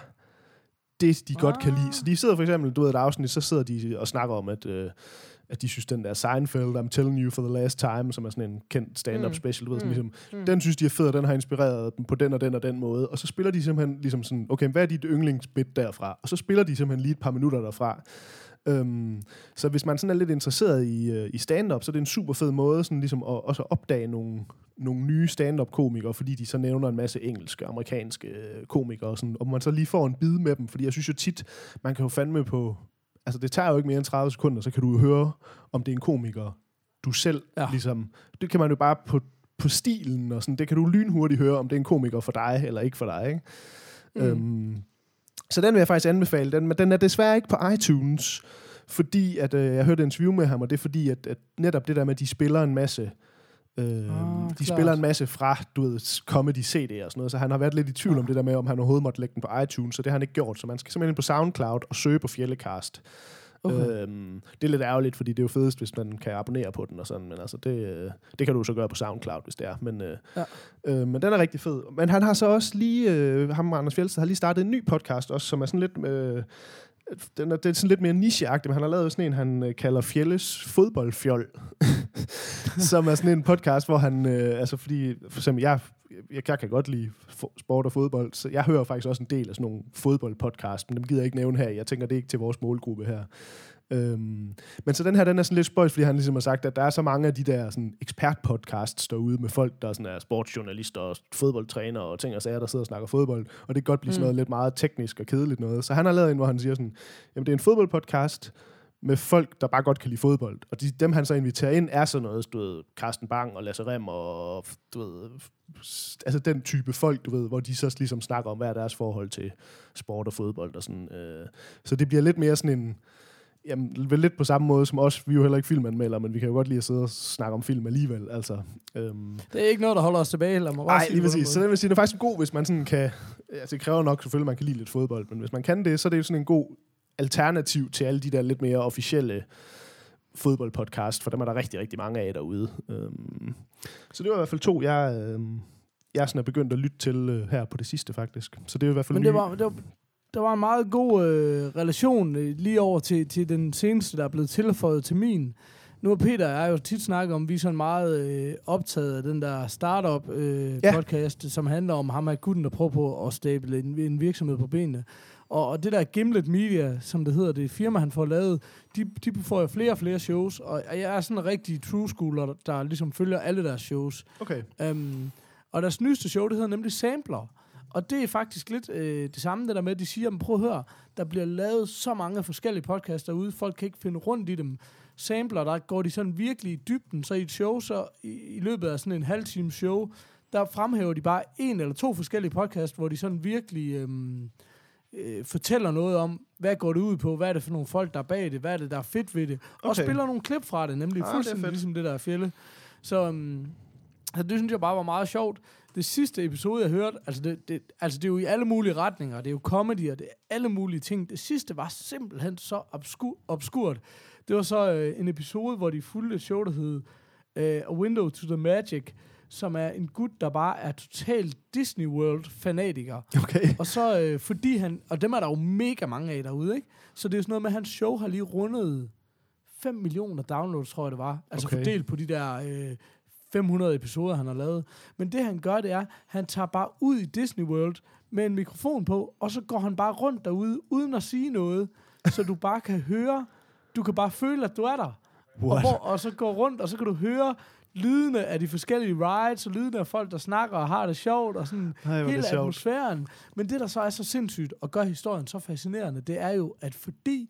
det, de ah. godt kan lide. Så de sidder for eksempel, du ved, et afsnit, så sidder de og snakker om, at, øh, at de synes, den der Seinfeld, I'm telling you for the last time, som er sådan en kendt stand-up mm. special, du ved, mm. sådan, ligesom, mm. den synes de er fed, og den har inspireret dem på den og den og den måde. Og så spiller de simpelthen ligesom sådan, okay, hvad er dit yndlingsbit derfra? Og så spiller de simpelthen lige et par minutter derfra. Um, så hvis man sådan er lidt interesseret i, uh, i stand-up, så er det en super fed måde sådan ligesom at også opdage nogle, nogle nye stand-up-komikere, fordi de så nævner en masse engelske, amerikanske uh, komikere, og, sådan, og man så lige får en bid med dem, fordi jeg synes jo tit, man kan jo fandme på, altså det tager jo ikke mere end tredive sekunder, så kan du høre, om det er en komiker, du selv ja. ligesom, det kan man jo bare på, på stilen, og sådan, det kan du lynhurtigt høre, om det er en komiker for dig, eller ikke for dig, ikke? Mm. Um, Så den vil jeg faktisk anbefale. Den, men den er desværre ikke på iTunes, fordi at, øh, jeg hørte et interview med ham, og det er fordi, at, at netop det der med, at de spiller en masse... Øh, ah, de klart. spiller en masse fra, du ved, comedy C D'er og sådan noget, så han har været lidt i tvivl ah. om det der med, om han overhovedet måtte lægge den på iTunes, så det har han ikke gjort. Så man skal simpelthen ind på SoundCloud og søge på Fjellekast. Okay. Øhm, det er lidt ærgerligt, fordi det er jo fedest, hvis man kan abonnere på den og sådan, men altså, det, det kan du så gøre på SoundCloud, hvis det er. Men, øh, ja. øh, men den er rigtig fed. Men han har så også lige, øh, ham og Anders Fjeldsted har lige startet en ny podcast også, som er sådan lidt, øh, den er, det er sådan lidt mere nicheagtig, men han har lavet sådan en, han øh, kalder Fjelles fodboldfjold, som er sådan en podcast, hvor han, øh, altså fordi, for eksempel, jeg, jeg, jeg kan godt lide sport og fodbold, så jeg hører faktisk også en del af sådan nogle fodboldpodcast, men dem gider jeg ikke nævne her. Jeg tænker, det er ikke til vores målgruppe her. Øhm, men så den her, den er sådan lidt spøjs, fordi han ligesom har sagt, at der er så mange af de der sådan ekspertpodcasts derude med folk, der sådan er sportsjournalister og fodboldtrænere og ting og sager, der sidder og snakker fodbold, og det kan godt blive sådan noget mm. lidt meget teknisk og kedeligt noget. Så han har lavet en, hvor han siger sådan, jamen det er en fodboldpodcast med folk, der bare godt kan lide fodbold. Og de, dem, han så inviterer ind, er sådan noget, du ved, Carsten Bang og Lasse Rem og, du ved, altså den type folk, du ved, hvor de så ligesom snakker om, hvad er deres forhold til sport og fodbold og sådan. Øh. Så det bliver lidt mere sådan en, jamen, vel lidt på samme måde som os. Vi er jo heller ikke filmanmelder, men vi kan jo godt lide at sidde og snakke om film alligevel. Altså, øhm. Det er ikke noget, der holder os tilbage. Nej, lige præcis. Så det vil sige, det er faktisk god, hvis man sådan kan... Altså, det kræver nok selvfølgelig, at man kan lide lidt fodbold, men hvis man kan det, så er det jo sådan en god alternativ til alle de der lidt mere officielle fodboldpodcast, for dem er der rigtig, rigtig mange af derude. Øhm. Så det var i hvert fald to, jeg, øhm, jeg sådan er begyndt at lytte til øh, her på det sidste, faktisk. Så det er i hvert fald... Men det var... Det var Der var en meget god øh, relation øh, lige over til, til den seneste, der er blevet tilføjet til min. Nu er Peter og jeg jo tit snakket om, vi er sådan meget øh, optaget af den der startup øh, ja. podcast, som handler om ham og gutten, der prøver på at stable en, en virksomhed på benene. Og, og det der Gimlet Media, som det hedder, det firma, han får lavet, de, de får jo flere og flere shows, og jeg er sådan en rigtig true schooler, der, der ligesom følger alle deres shows. Okay. Um, og deres nyeste show, det hedder nemlig Sampler. og det er faktisk lidt øh, det samme, det der med, at de siger, men prøv at høre, der bliver lavet så mange forskellige podcasts derude, folk kan ikke finde rundt i dem. Sampler, der går de sådan virkelig i dybden, så i et show, så i, i løbet af sådan en halv time show, der fremhæver de bare en eller to forskellige podcasts, hvor de sådan virkelig øhm, øh, fortæller noget om, hvad går det ud på, hvad er det for nogle folk, der er bag det, hvad er det, der er fedt ved det, okay. Og spiller nogle klip fra det, nemlig ah, fuldstændig det ligesom det der er Fjelle. Så, øhm, så det synes jeg bare var meget sjovt. Det sidste episode, jeg hørte, altså det, det, altså det er jo i alle mulige retninger, det er jo comedy, og det er alle mulige ting. Det sidste var simpelthen så obskur, obskurt. Det var så øh, en episode, hvor de fulgte et show, der hed øh, A Window to the Magic, som er en gut, der bare er totalt Disney World-fanatiker. Okay. Og så, øh, fordi han, og dem er der jo mega mange af derude, ikke? Så det er sådan noget med, at hans show har lige rundet fem millioner downloads, tror jeg det var. Altså okay. Fordelt på de der øh, fem hundrede episoder, han har lavet. Men det han gør, det er, han tager bare ud i Disney World med en mikrofon på, og så går han bare rundt derude, uden at sige noget, så du bare kan høre, du kan bare føle, at du er der. Og, hvor, og så går rundt, og så kan du høre lydene af de forskellige rides, og lydene af folk, der snakker og har det sjovt, og sådan Ej, hele atmosfæren. Men det, der så er så sindssygt, og gør historien så fascinerende, det er jo, at fordi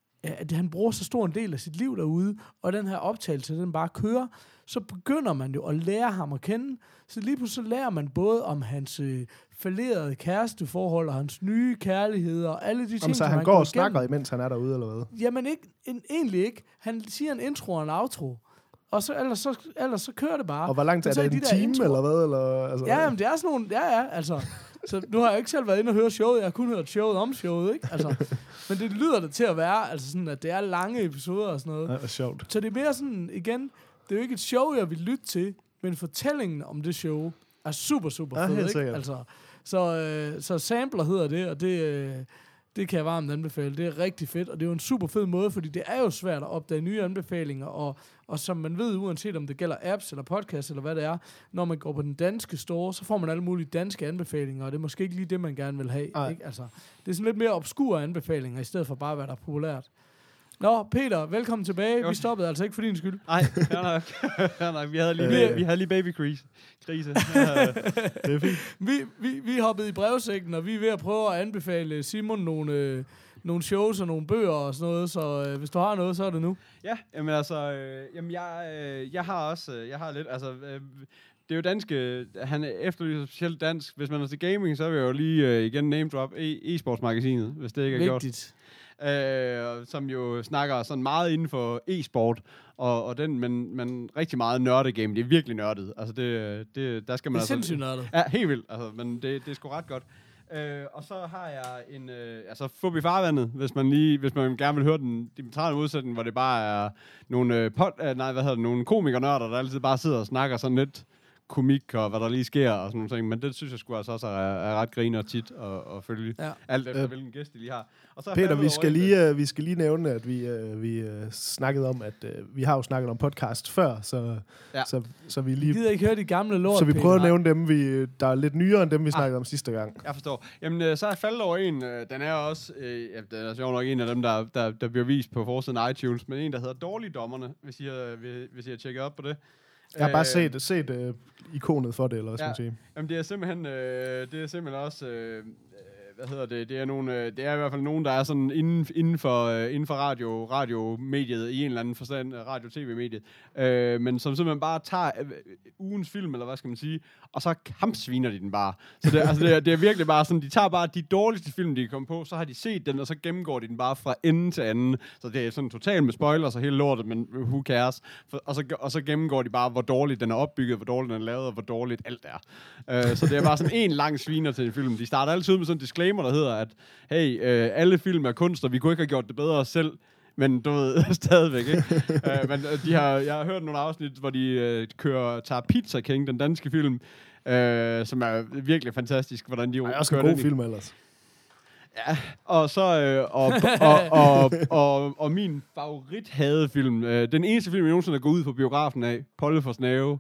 at han bruger så stor en del af sit liv derude, og den her optagelse, den bare kører, så begynder man jo at lære ham at kende. Så lige pludselig lærer man både om hans øh, falderede kæresteforhold, og hans nye kærligheder, og alle de ting, Om, så han, han går og snakker, imens han er derude, eller hvad? Jamen ikke, en, egentlig ikke. Han siger en intro og en outro. Og så ellers, så ellers så kører det bare. Og hvor langt er det, en time, intro, eller hvad? Eller, altså, ja, jamen, det er sådan nogle... Ja, ja, altså... Så nu har jeg ikke selv været inde og høre showet. Jeg har kun hørt showet om showet, ikke? Altså, men det lyder det til at være, altså sådan, at det er lange episoder og sådan noget. Ja, det er sjovt. Så det er mere sådan, igen, det er jo ikke et show, jeg vil lytte til, men fortællingen om det show er super, super ja, fed, ikke? Sikkert. Altså, så, øh, så Sampler hedder det, og det... Øh, Det kan jeg varmt anbefale. Det er rigtig fedt, og det er jo en super fed måde, fordi det er jo svært at opdage nye anbefalinger, og, og som man ved, uanset om det gælder apps eller podcast eller hvad det er, når man går på den danske store, så får man alle mulige danske anbefalinger, og det er måske ikke lige det, man gerne vil have. Ikke? Altså, det er sådan lidt mere obskure anbefalinger, i stedet for bare, hvad der er populært. Nå, Peter, velkommen tilbage. Jo. Vi stoppede altså ikke for din skyld. Nej, ja nok. ja nok. Vi havde lige, vi havde lige babykrise. Krise. Ja, det er fint. Vi, vi, vi hoppede i brevsækken, og vi er ved at prøve at anbefale Simon nogle, øh, nogle shows og nogle bøger og sådan noget, så øh, hvis du har noget, så er det nu. Ja, jamen altså, øh, jamen jeg, øh, jeg har også, øh, jeg har lidt, altså... Øh, det er jo danske, han efterlyser specielt dansk. Hvis man er til gaming, så vil jeg jo lige øh, igen name drop e- e-sportsmagasinet, hvis det ikke er gjort. Vigtigt. Øh, som jo snakker sådan meget inden for e-sport, og, og den, men, men rigtig meget nørdegame. Det er virkelig nørdet. Altså det, det, der skal man det er altså... sindssygt nørdet. Ja, helt vildt. Altså, men det, det er sgu ret godt. Øh, og så har jeg en, øh, altså Fup i farvandet, hvis man lige, hvis man gerne vil høre den diametrale modsætning, hvor det bare er nogle øh, pot, øh, nej, hvad hedder det, nogle komikernørder, der altid bare sidder og snakker sådan lidt komik og hvad der lige sker og sådan nogle ting, men det synes jeg sgu altså også er, er ret griner tit at, at følge, ja. Alt efter øh, hvilken gæst de lige har. Og så Peter, vi skal, lige, uh, vi skal lige nævne, at vi, uh, vi uh, snakkede om, at uh, vi har jo snakket om podcast før, så, ja. så, så vi lige... Vi gider ikke høre de gamle lort, så vi Peter, prøver at nævne dem, vi, der er lidt nyere end dem, vi snakkede ah. om sidste gang. Jeg forstår. Jamen, så er jeg faldet over en, den er også, øh, ja, den er sjovt nok en af dem, der, der, der bliver vist på forsiden af iTunes, men en, der hedder Dårligdommerne, hvis I har, hvis I har tjekket op på det. Jeg har bare set, set uh, ikonet for det, eller hvad skal ja. man sige. Jamen, det er simpelthen, øh, det er simpelthen også, øh, hvad hedder det, det er, nogle, øh, det er i hvert fald nogen, der er sådan inden, inden for, øh, inden for radio, radiomediet, i en eller anden forstand, radio-tv-mediet, øh, men som simpelthen bare tager øh, ugens film, eller hvad skal man sige, og så kampsviner de den bare. Så det, altså, det, er, det er virkelig bare sådan, de tager bare de dårligste film, de kommer på, så har de set den, og så gennemgår de den bare fra ende til anden. Så det er sådan totalt med spoilers og hele lortet, men who cares? For, og, så, og så gennemgår de bare, hvor dårligt den er opbygget, hvor dårligt den er lavet, og hvor dårligt alt er. Uh, så det er bare sådan en lang sviner til en film. De starter altid med sådan en disclaimer, der hedder, at hey, uh, alle film er kunst, og vi kunne ikke have gjort det bedre selv. Men du ved, stadigvæk, ikke? uh, men de har, jeg har hørt nogle afsnit, hvor de uh, kører, tager Pizza King, den danske film, uh, som er virkelig fantastisk, hvordan de jo også en god film ellers. Ja, og så øh, og, og, og, og, og min favorit hadefilm, øh, den eneste film, jeg nogensinde er gået ud på biografen af, Polle for Snave,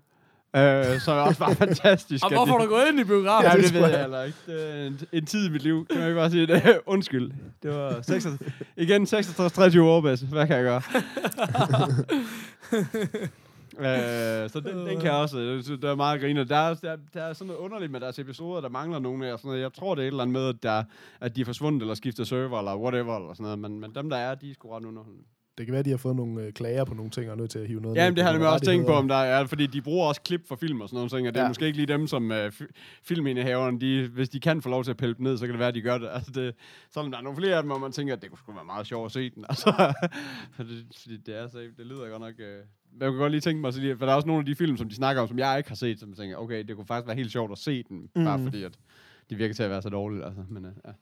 øh, så er også bare fantastisk. Og hvorfor har du gået ind i biografen? Ja, det ved jeg heller ikke. Det er en, en tid i mit liv, kan man ikke bare sige det. Undskyld. Det var seksogtres, igen seksogtres treogtyve år, Basse. Hvad kan jeg gøre? øh, så den, den kan jeg også, det er meget griner. Der er, der, der er sådan noget underligt med deres episoder, der mangler nogle af, sådan noget. Jeg tror, det er et eller andet med, at, der, at de er forsvundet, eller skiftet server, eller whatever, eller sådan noget. Men, men dem, der er, de er sgu ret underholdende. Det kan være, at de har fået nogle øh, klager på nogle ting, og er nødt til at hive noget. Ja, men det har jeg også tænkt på, om der er, fordi de bruger også klip fra film og sådan noget, og det er ja. måske ikke lige dem, som uh, f- filmindehaverne, de, hvis de kan få lov til at pille dem ned, så kan det være, at de gør det. Altså, det, selvom der er nogle flere af dem, hvor man tænker, at det kunne sgu være meget sjovt at se den. Altså, det, det, er, så, det lyder godt nok... Uh, jeg kan godt lige tænke mig, for der er også nogle af de film, som de snakker om, som jeg ikke har set, som jeg tænker, okay, det kunne faktisk være helt sjovt at se den, mm. bare fordi, at de virker til at være så dårlige. Altså, men, uh, ja.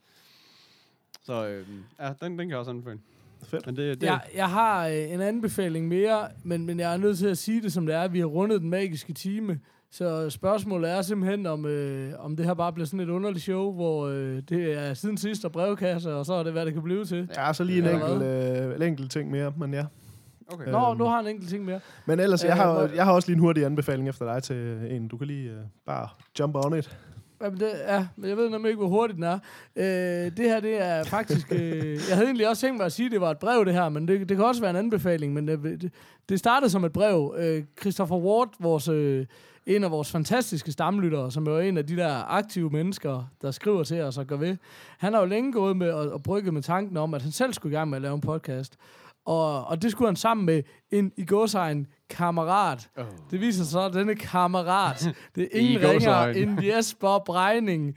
Så øh, ja, den, den kan jeg også anbefale. Fedt. Men det, det Jeg, jeg har øh, en anbefaling mere, men, men jeg er nødt til at sige det, som det er. Vi har rundet den magiske time, så spørgsmålet er simpelthen, om, øh, om det her bare bliver sådan et underligt show, hvor øh, det er siden sidst og brevkasse, og så er det, hvad det kan blive til. Ja, så lige en Eller enkelt, øh, en enkelt ting mere, men ja. okay. Nå, Øhm. nu har jeg en enkelt ting mere. Men ellers, jeg Øh, har, hvor- jeg har også lige en hurtig anbefaling efter dig til en. Du kan lige øh, bare jump on it. Jamen det, ja, men jeg ved nemlig ikke, hvor hurtigt den er. Øh, det her, det er faktisk... Øh, jeg havde egentlig også tænkt mig at sige, at det var et brev, det her, men det, det kan også være en anbefaling, men det, det, det startede som et brev. Øh, Christopher Ward, vores, øh, en af vores fantastiske stamlyttere, som er jo en af de der aktive mennesker, der skriver til os og gør ved, han har jo længe gået med at, at brygge med tanken om, at han selv skulle i gang med at lave en podcast. Og, og det skulle han sammen med en i gåseøjne kammerat. Oh. Det viser sig, at denne kammerat, det er ingen ringer end Jesper Breining.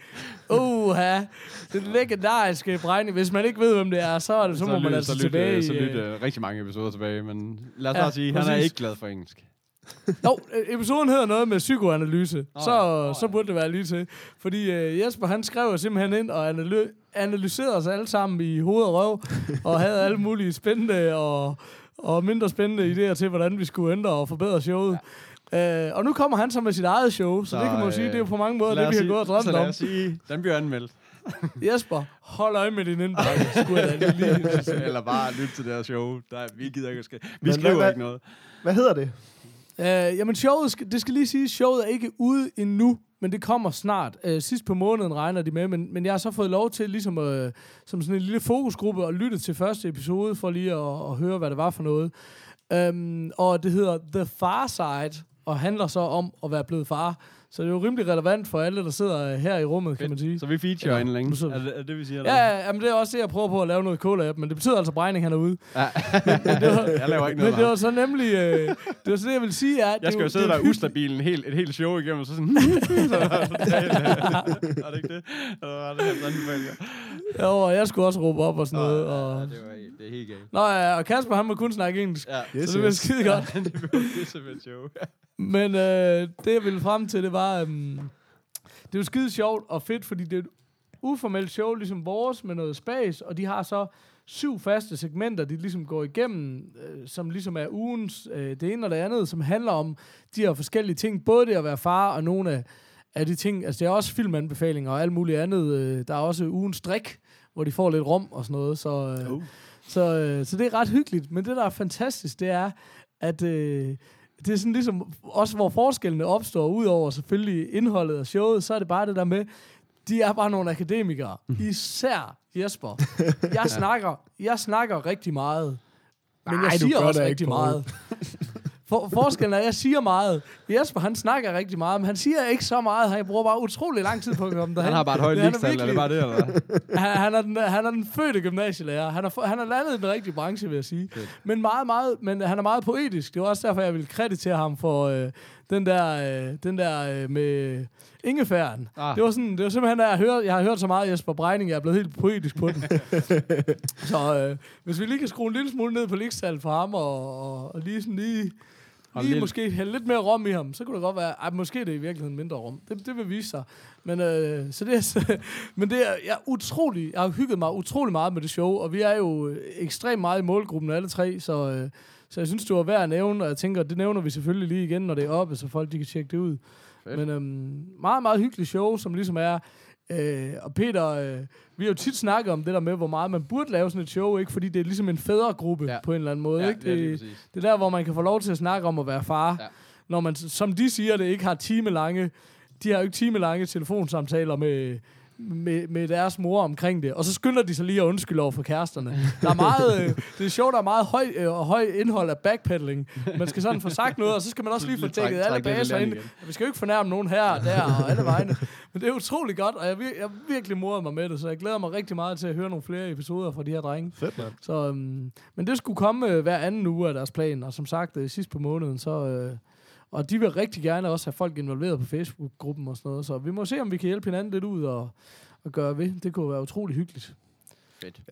Uha, det legendariske Breining. Hvis man ikke ved, hvem det er, så, er det, så, så må lyt, man altså så tilbage lyt, så i... lyt uh, rigtig mange episoder tilbage, men lad os Ja, bare sige, præcis. han er ikke glad for engelsk. Nå, episoden hedder noget med psykoanalyse. Oh, så, ja. Oh, så burde det være lige til. Fordi uh, Jesper, han skrev simpelthen ind og analy- analyserede os alle sammen i hoved og røv, og havde alle mulige spændende og, og mindre spændende idéer til, hvordan vi skulle ændre og forbedre showet. Ja. Uh, og nu kommer han så med sit eget show, så, så det kan man jo sige, det er jo på mange måder det, vi har gået og drømt om. Så lad os sige, den bliver anmeldt. Jesper, hold øje med din indbakke, skulle jeg da lige sige. Eller bare lyt til det her show. Der, vi gider ikke at skrive. Vi Men skriver hvad, ikke noget. Hvad hedder det? Uh, jamen, showet, skal, det skal lige sige, showet er ikke ude endnu, men det kommer snart. Uh, sidst på måneden regner de med, men, men jeg har så fået lov til, ligesom uh, som sådan en lille fokusgruppe, at lytte til første episode, for lige at, at høre, hvad det var for noget. Um, og det hedder The Far Side, og handler så om at være blevet far. Så det er jo rimelig relevant for alle, der sidder her i rummet, kan man sige. Så vi feature Ja, inden længe. så- Er det, er det, vi siger? Ja, ja, jamen, det er også det, jeg prøver på at lave noget collab, men det betyder altså, at Breining han er ude. Ja. Men det var, Jeg laver ikke noget men det var med så nemlig... Øh, det var så det, jeg vil sige, er... Jeg det skal er jo sidde det er der hyggeligt- ustabil en hel, et helt show igennem, og så sådan... Er det ikke det? Eller var det helt anbefalinger? Jo, og jeg skulle også råbe op og sådan noget. Ja, Og... det, var, det er helt galt. Nå ja, og Kasper, han må kun snakke engelsk. Ja. Yes, Så det bliver yes. skide godt. Det bliver pissefedt show. Men øh, det, jeg ville frem til, det var... Øhm, det er jo skide sjovt og fedt, fordi det er et uformelt show, ligesom vores, med noget spas, og de har så syv faste segmenter, de ligesom går igennem, øh, som ligesom er ugens øh, det ene og det andet, som handler om de her forskellige ting. Både det at være far, og nogle af, af de ting, altså det er også filmanbefalinger og alt muligt andet. Øh, der er også ugens drik, hvor de får lidt rom og sådan noget, så, øh, Oh. så, øh, så det er ret hyggeligt. Men det, der er fantastisk, det er, at... Øh, det er sådan ligesom, også hvor forskellene opstår, udover selvfølgelig indholdet af showet, så er det bare det der med, de er bare nogle akademikere. Især Jesper. Jeg snakker, jeg snakker rigtig meget. Men Nej, jeg du siger gør også det rigtig ikke, Poul. meget. For, forskellen er, at jeg siger meget. Jesper, han snakker rigtig meget, men han siger ikke så meget. Han bruger bare utrolig lang tid på at komme derhen. Han har bare et højt Men han ligestal, er det virkelig- bare det, eller hvad? han, han, er den, han er den fødte gymnasielærer. Han er, han er landet i den rigtige branche, vil jeg sige. Fedt. Men, meget, meget, men han er meget poetisk. Det var også derfor, jeg vil kreditere ham for øh, den der, øh, den der øh, med ingefæren. Ah. Det var sådan, det var simpelthen, at jeg, hørt, jeg har hørt så meget Jesper Breining, jeg er blevet helt poetisk på den. Så øh, hvis vi lige kan skrue en lille smule ned på ligestal for ham, og, og, og lige sådan lige... Og Lige lidt- måske hælde lidt mere rom i ham, så kunne det godt være, ej, måske er det i virkeligheden mindre rom. Det, det vil vise sig. Men, øh, så det er, men det er, jeg er utrolig, jeg har hygget mig utrolig meget med det show, og vi er jo ekstremt meget i målgruppen alle tre, så, øh, så jeg synes, det var værd at nævne, og jeg tænker, det nævner vi selvfølgelig lige igen, når det er oppe, så folk de kan tjekke det ud. Fedt. Men øhm, meget, meget hyggeligt show, som ligesom er, øh, og Peter, øh, vi har jo tit snakket om det der med, hvor meget man burde lave sådan et show, ikke? Fordi det er ligesom en fædregruppe Ja. på en eller anden måde. Ja, ikke? det er lige Det, præcis. det er der, hvor man kan få lov til at snakke om at være far. Ja. Når man, som de siger, det ikke har timelange, de har jo ikke timelange telefonsamtaler med, med, med deres mor omkring det, og så skynder de sig lige at undskylde over for kæresterne. Der er meget, øh, det er sjovt, der er meget høj, øh, høj indhold af backpedaling. Man skal sådan få sagt noget, og så skal man også lige få dækket alle baser ind. Vi skal jo ikke fornærme nogen her og der og alle vegne. Men det er utrolig godt, og jeg, vir- jeg virkelig moret mig med det, så jeg glæder mig rigtig meget til at høre nogle flere episoder fra de her drenge. Fedt, mand. Så, øhm, men det skulle komme øh, hver anden uge af deres plan, og som sagt, øh, sidst på måneden, så... Øh, og de vil rigtig gerne også have folk involveret på Facebook-gruppen og sådan noget, så vi må se, om vi kan hjælpe hinanden lidt ud og, og gøre ved. Det kunne være utrolig hyggeligt. Fedt.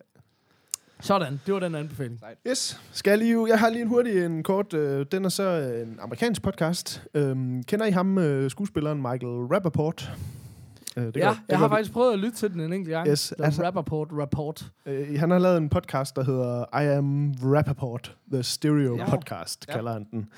Sådan, det var den anbefaling. Yes. Skal jeg lige... Jeg har lige en hurtig, en kort... Øh, den er så en amerikansk podcast. Øhm, kender I ham, øh, skuespilleren Michael Rappaport? Øh, det ja, går, det jeg har går, faktisk prøvet at lytte til den en enkelt gang. Yes, The altså- Rappaport Rapport. øh, han har lavet en podcast, der hedder I Am Rappaport, The Stereo Ja. Podcast, Ja. kalder han den.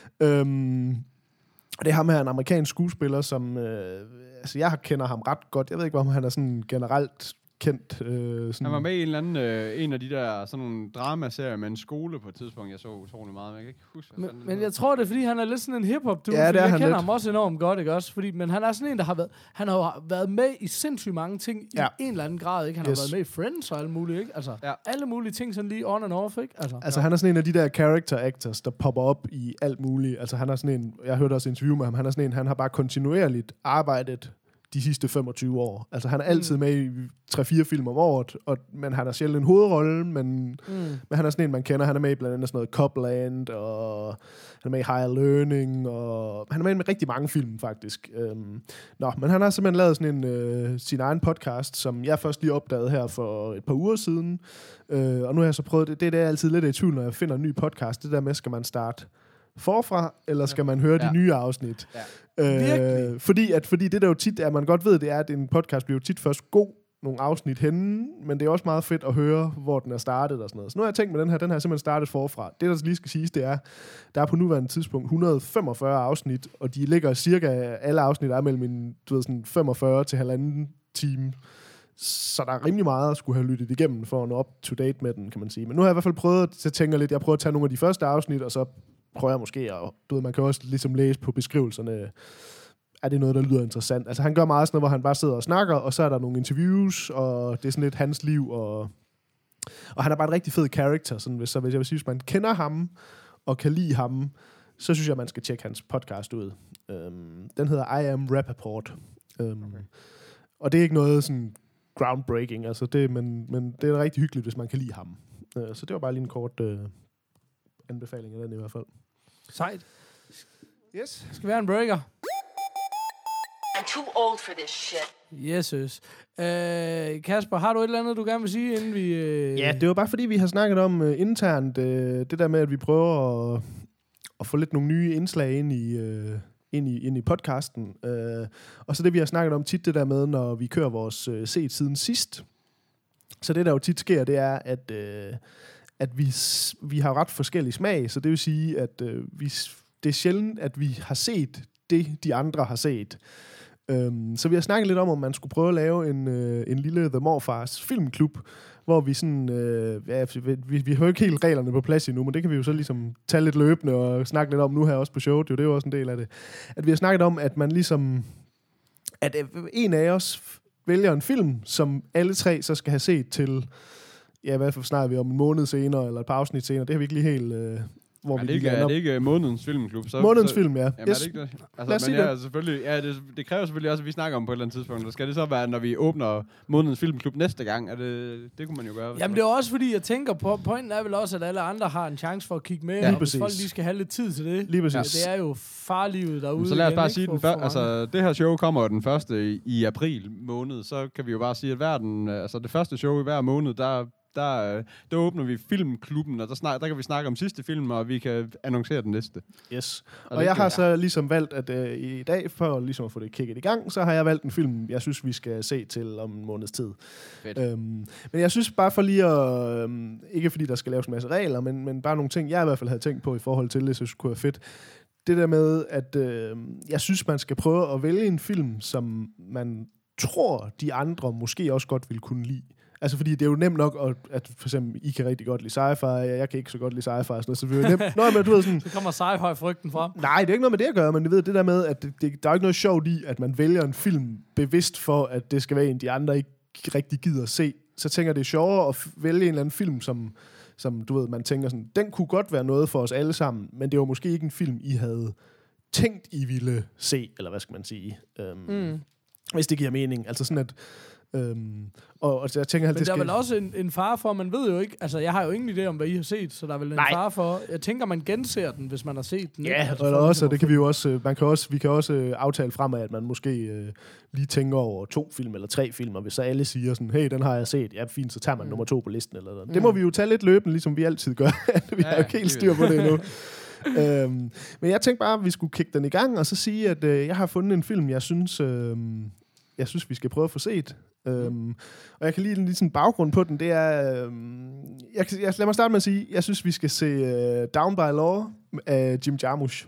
Øhm, og det er ham her, en amerikansk skuespiller, som... Øh, altså, jeg kender ham ret godt. Jeg ved ikke, om han er sådan generelt kendt. Øh, sådan Han var med i en eller anden, øh, en af de der sådan nogle dramaserier med en skole på et tidspunkt, jeg så utrolig meget, men jeg kan ikke huske, hvad Men, fanden det men hedder. jeg tror, det er, fordi han er lidt sådan en hip-hop dude. Ja, det fordi er jeg han kender lidt. ham også enormt godt, ikke også? Fordi, men han er sådan en, der har været... Han har jo været med i sindssygt mange ting Ja. i en eller anden grad, ikke? Han Yes. har været med i Friends og alle mulige, ikke? Altså, Ja. alle mulige ting sådan lige on and off, ikke? Altså, Altså, han er sådan en af de der character actors, der popper op i alt muligt. Altså, han er sådan en... Jeg hørte også et interview med ham. Han er sådan en... Han har bare kontinuerligt arbejdet de sidste femogtyve år. Altså, han er altid med i tre fire film om året, og, men han er sjældent en hovedrolle, men, mm. men han er sådan en, man kender. Han er med i blandt andet sådan noget Copland, og han er med i Higher Learning, og han er med i rigtig mange film, faktisk. Øhm, nå, men han har simpelthen lavet sådan en, øh, sin egen podcast, som jeg først lige opdagede her for et par uger siden, øh, og nu har jeg så prøvet det. Det er det, jeg altid lidt i tvivl, når jeg finder en ny podcast. Det der med, skal man starte forfra, eller skal man høre ja. de nye afsnit? Ja. Øh, fordi, at, fordi det der jo tit, at man godt ved, det er, at en podcast bliver jo tit først god nogle afsnit henne, men det er også meget fedt at høre, hvor den er startet og sådan noget. Så nu har jeg tænkt med den her, den her simpelthen startet forfra. Det, der lige skal siges, det er, der er på nuværende tidspunkt et hundrede og femogfyrre afsnit, og de ligger cirka, alle afsnit er mellem en, du ved, sådan femogfyrre til halvanden time. Så der er rimelig meget at skulle have lyttet igennem for at nå up to date med den, kan man sige. Men nu har jeg i hvert fald prøvet at tænke lidt, jeg prøver at tage nogle af de første afsnit, og så prøver jeg måske, og du ved, man kan også ligesom læse på beskrivelserne, er det noget, der lyder interessant. Altså han gør meget sådan noget, hvor han bare sidder og snakker, og så er der nogle interviews, og det er sådan lidt hans liv, og, og han er bare en rigtig fed character, sådan, hvis, så hvis jeg vil sige, hvis man kender ham, og kan lide ham, så synes jeg, man skal tjekke hans podcast ud. Um, den hedder I Am Rappaport. Um, okay. Og det er ikke noget sådan groundbreaking, altså det, men, men det er rigtig hyggeligt, hvis man kan lide ham. Uh, så det var bare lige en kort uh, anbefaling af den i hvert fald. Sejt. Yes. Skal vi have en breaker? I'm too old for this shit. Jesus. Øh, Kasper, har du et eller andet, du gerne vil sige, inden vi... Øh... Ja, det var bare fordi, vi har snakket om uh, internt, uh, det der med, at vi prøver at, at få lidt nogle nye indslag ind i, uh, ind i, ind i podcasten. Uh, og så det, vi har snakket om tit, det der med, når vi kører vores uh, set siden sidst. Så det, der jo tit sker, det er, at, uh, at vi, vi har ret forskellig smag. Så det vil sige, at uh, vi, det er sjældent, at vi har set det, de andre har set. Um, så vi har snakket lidt om, om man skulle prøve at lave en, uh, en lille The Morfars filmklub, hvor vi sådan, uh, ja, vi, vi har jo ikke helt reglerne på plads endnu, men det kan vi jo så ligesom tage lidt løbende og snakke lidt om nu her også på showet, jo, det er jo også en del af det. At vi har snakket om, at man ligesom, at en af os vælger en film, som alle tre så skal have set til, ja, hvad snakker vi om, en måned senere, eller et par afsnit senere, det har vi ikke lige helt... Uh, hvor er vi det, ikke, er det ikke månedens filmklub? Så, månedens så, film, ja. Jamen, Yes. er det ikke det? Lad os Altså, sige men ja, det. selvfølgelig, ja, det, det kræver selvfølgelig også, at vi snakker om på et eller andet tidspunkt. Og skal det så være, når vi åbner månedens filmklub næste gang? Er det, det kunne man jo gøre. Jamen det er også fordi, jeg tænker på, pointen er vel også, at alle andre har en chance for at kigge med, Ja, og hvis præcis. folk lige skal have lidt tid til det. Lige præcis. Det er jo farlivet derude. Så lad os igen, bare ikke? sige, For- den for før, mange. altså, det her show kommer jo den første i, i april måned, så kan vi jo bare sige, at hver den, altså, det første show i hver måned, der, der, øh, der åbner vi filmklubben, og der, snak, der kan vi snakke om sidste film, og vi kan annoncere den næste. Yes. Og, Og og det jeg kan- har så ligesom valgt, at øh, i dag, for ligesom at få det kigget i gang, så har jeg valgt en film, jeg synes, vi skal se til om en måneds tid. Fedt. Øhm, men jeg synes bare for lige at... Øhm, ikke fordi der skal laves en masse regler, men, men bare nogle ting, jeg i hvert fald havde tænkt på i forhold til det, så det kunne være fedt. Det der med, at øh, jeg synes, man skal prøve at vælge en film, som man tror, de andre måske også godt vil kunne lide. Altså, fordi det er jo nemt nok, at, at for eksempel, I kan rigtig godt lide sci-fi, og jeg kan ikke så godt lide sci-fi, og sådan noget, så det er jo nemt. Nå, men du ved sådan... Så kommer sci-fi-frygten frem. Nej, det er ikke noget med det at gøre, men du ved det der med, at det, det, der er ikke noget sjovt i, at man vælger en film bevidst for, at det skal være en, de andre ikke rigtig gider at se. Så tænker jeg, det er sjovere at f- vælge en eller anden film, som, som du ved, man tænker sådan, den kunne godt være noget for os alle sammen, men det var måske ikke en film, I havde tænkt, I ville se, eller hvad skal man sige, øhm, mm. hvis det giver mening. Altså sådan, at Øhm, og, og jeg tænker, at men det der skal... er vel også en, en fare for, man ved jo ikke, altså jeg har jo ingen idé om, hvad I har set, så der er vel en Nej. fare for, jeg tænker, man genser den, hvis man har set den. Ja, ikke? Altså, og for også, ligesom og det at kan få- vi jo også, man kan også, vi kan også øh, aftale fremad, at man måske øh, lige tænker over to film eller tre film, og hvis så alle siger sådan, hey, den har jeg set, ja fint, så tager man mm. nummer to på listen. Eller noget. Det må vi jo tage lidt løbende, ligesom vi altid gør. vi Ja, har jo ikke helt det styr på det endnu. øhm, men jeg tænkte bare, at vi skulle kigge den i gang, og så sige, at øh, jeg har fundet en film, jeg synes, øh, jeg synes, vi skal prøve at få set. Øhm, og jeg kan lige lige sådan en baggrund på den. Det er, øhm, jeg, kan- jeg, lad mig starte med at sige, jeg synes, vi skal se øh, Down by Law af Jim Jarmusch,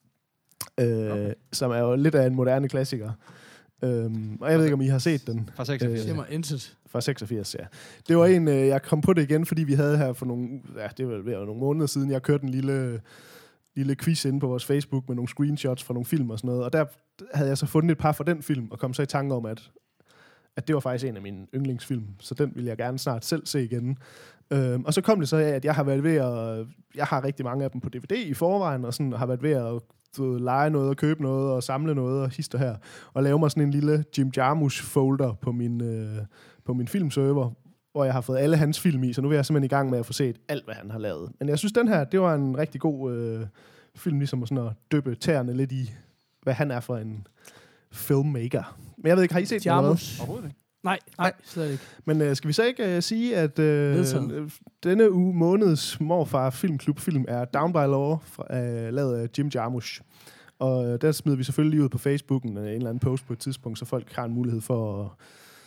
øh, okay. som er jo lidt af en moderne klassiker. Øhm, og jeg ved ikke, om I har set den. Fra seksogfirs. Det var intet. Fra seksogfirs, ja. Det var en, øh, jeg kom på det igen, fordi vi havde her for nogle, ja, det var vel ved at være nogle måneder siden, jeg kørte en lille, lille quiz inde på vores Facebook med nogle screenshots fra nogle film og sådan noget, og der havde jeg så fundet et par fra den film, og kom så i tanke om, at, at det var faktisk en af mine yndlingsfilm, så den vil jeg gerne snart selv se igen. Øhm, og så kom det så af, at jeg har været ved at, jeg har rigtig mange af dem på D V D i forvejen, og sådan har været ved at du ved, lege noget og købe noget og samle noget og hister her, og lave mig sådan en lille Jim Jarmusch folder på min, øh, på min filmserver, hvor jeg har fået alle hans film i, så nu er jeg simpelthen i gang med at få set alt, hvad han har lavet. Men jeg synes, den her, det var en rigtig god øh, film, ligesom at, sådan at dyppe tæerne lidt i, hvad han er for en filmmaker. Men jeg ved ikke, har I set den eller hvad? Jarmusch. Overhovedet ikke. Nej, nej, slet ikke. Men øh, skal vi så ikke øh, sige, at øh, Vedtaget. øh, denne uge måneds morfar filmklubfilm er Down by Law, fra, øh, lavet af Jim Jarmusch. Og øh, der smider vi selvfølgelig lige ud på Facebooken øh, en eller anden post på et tidspunkt, så folk har en mulighed for at,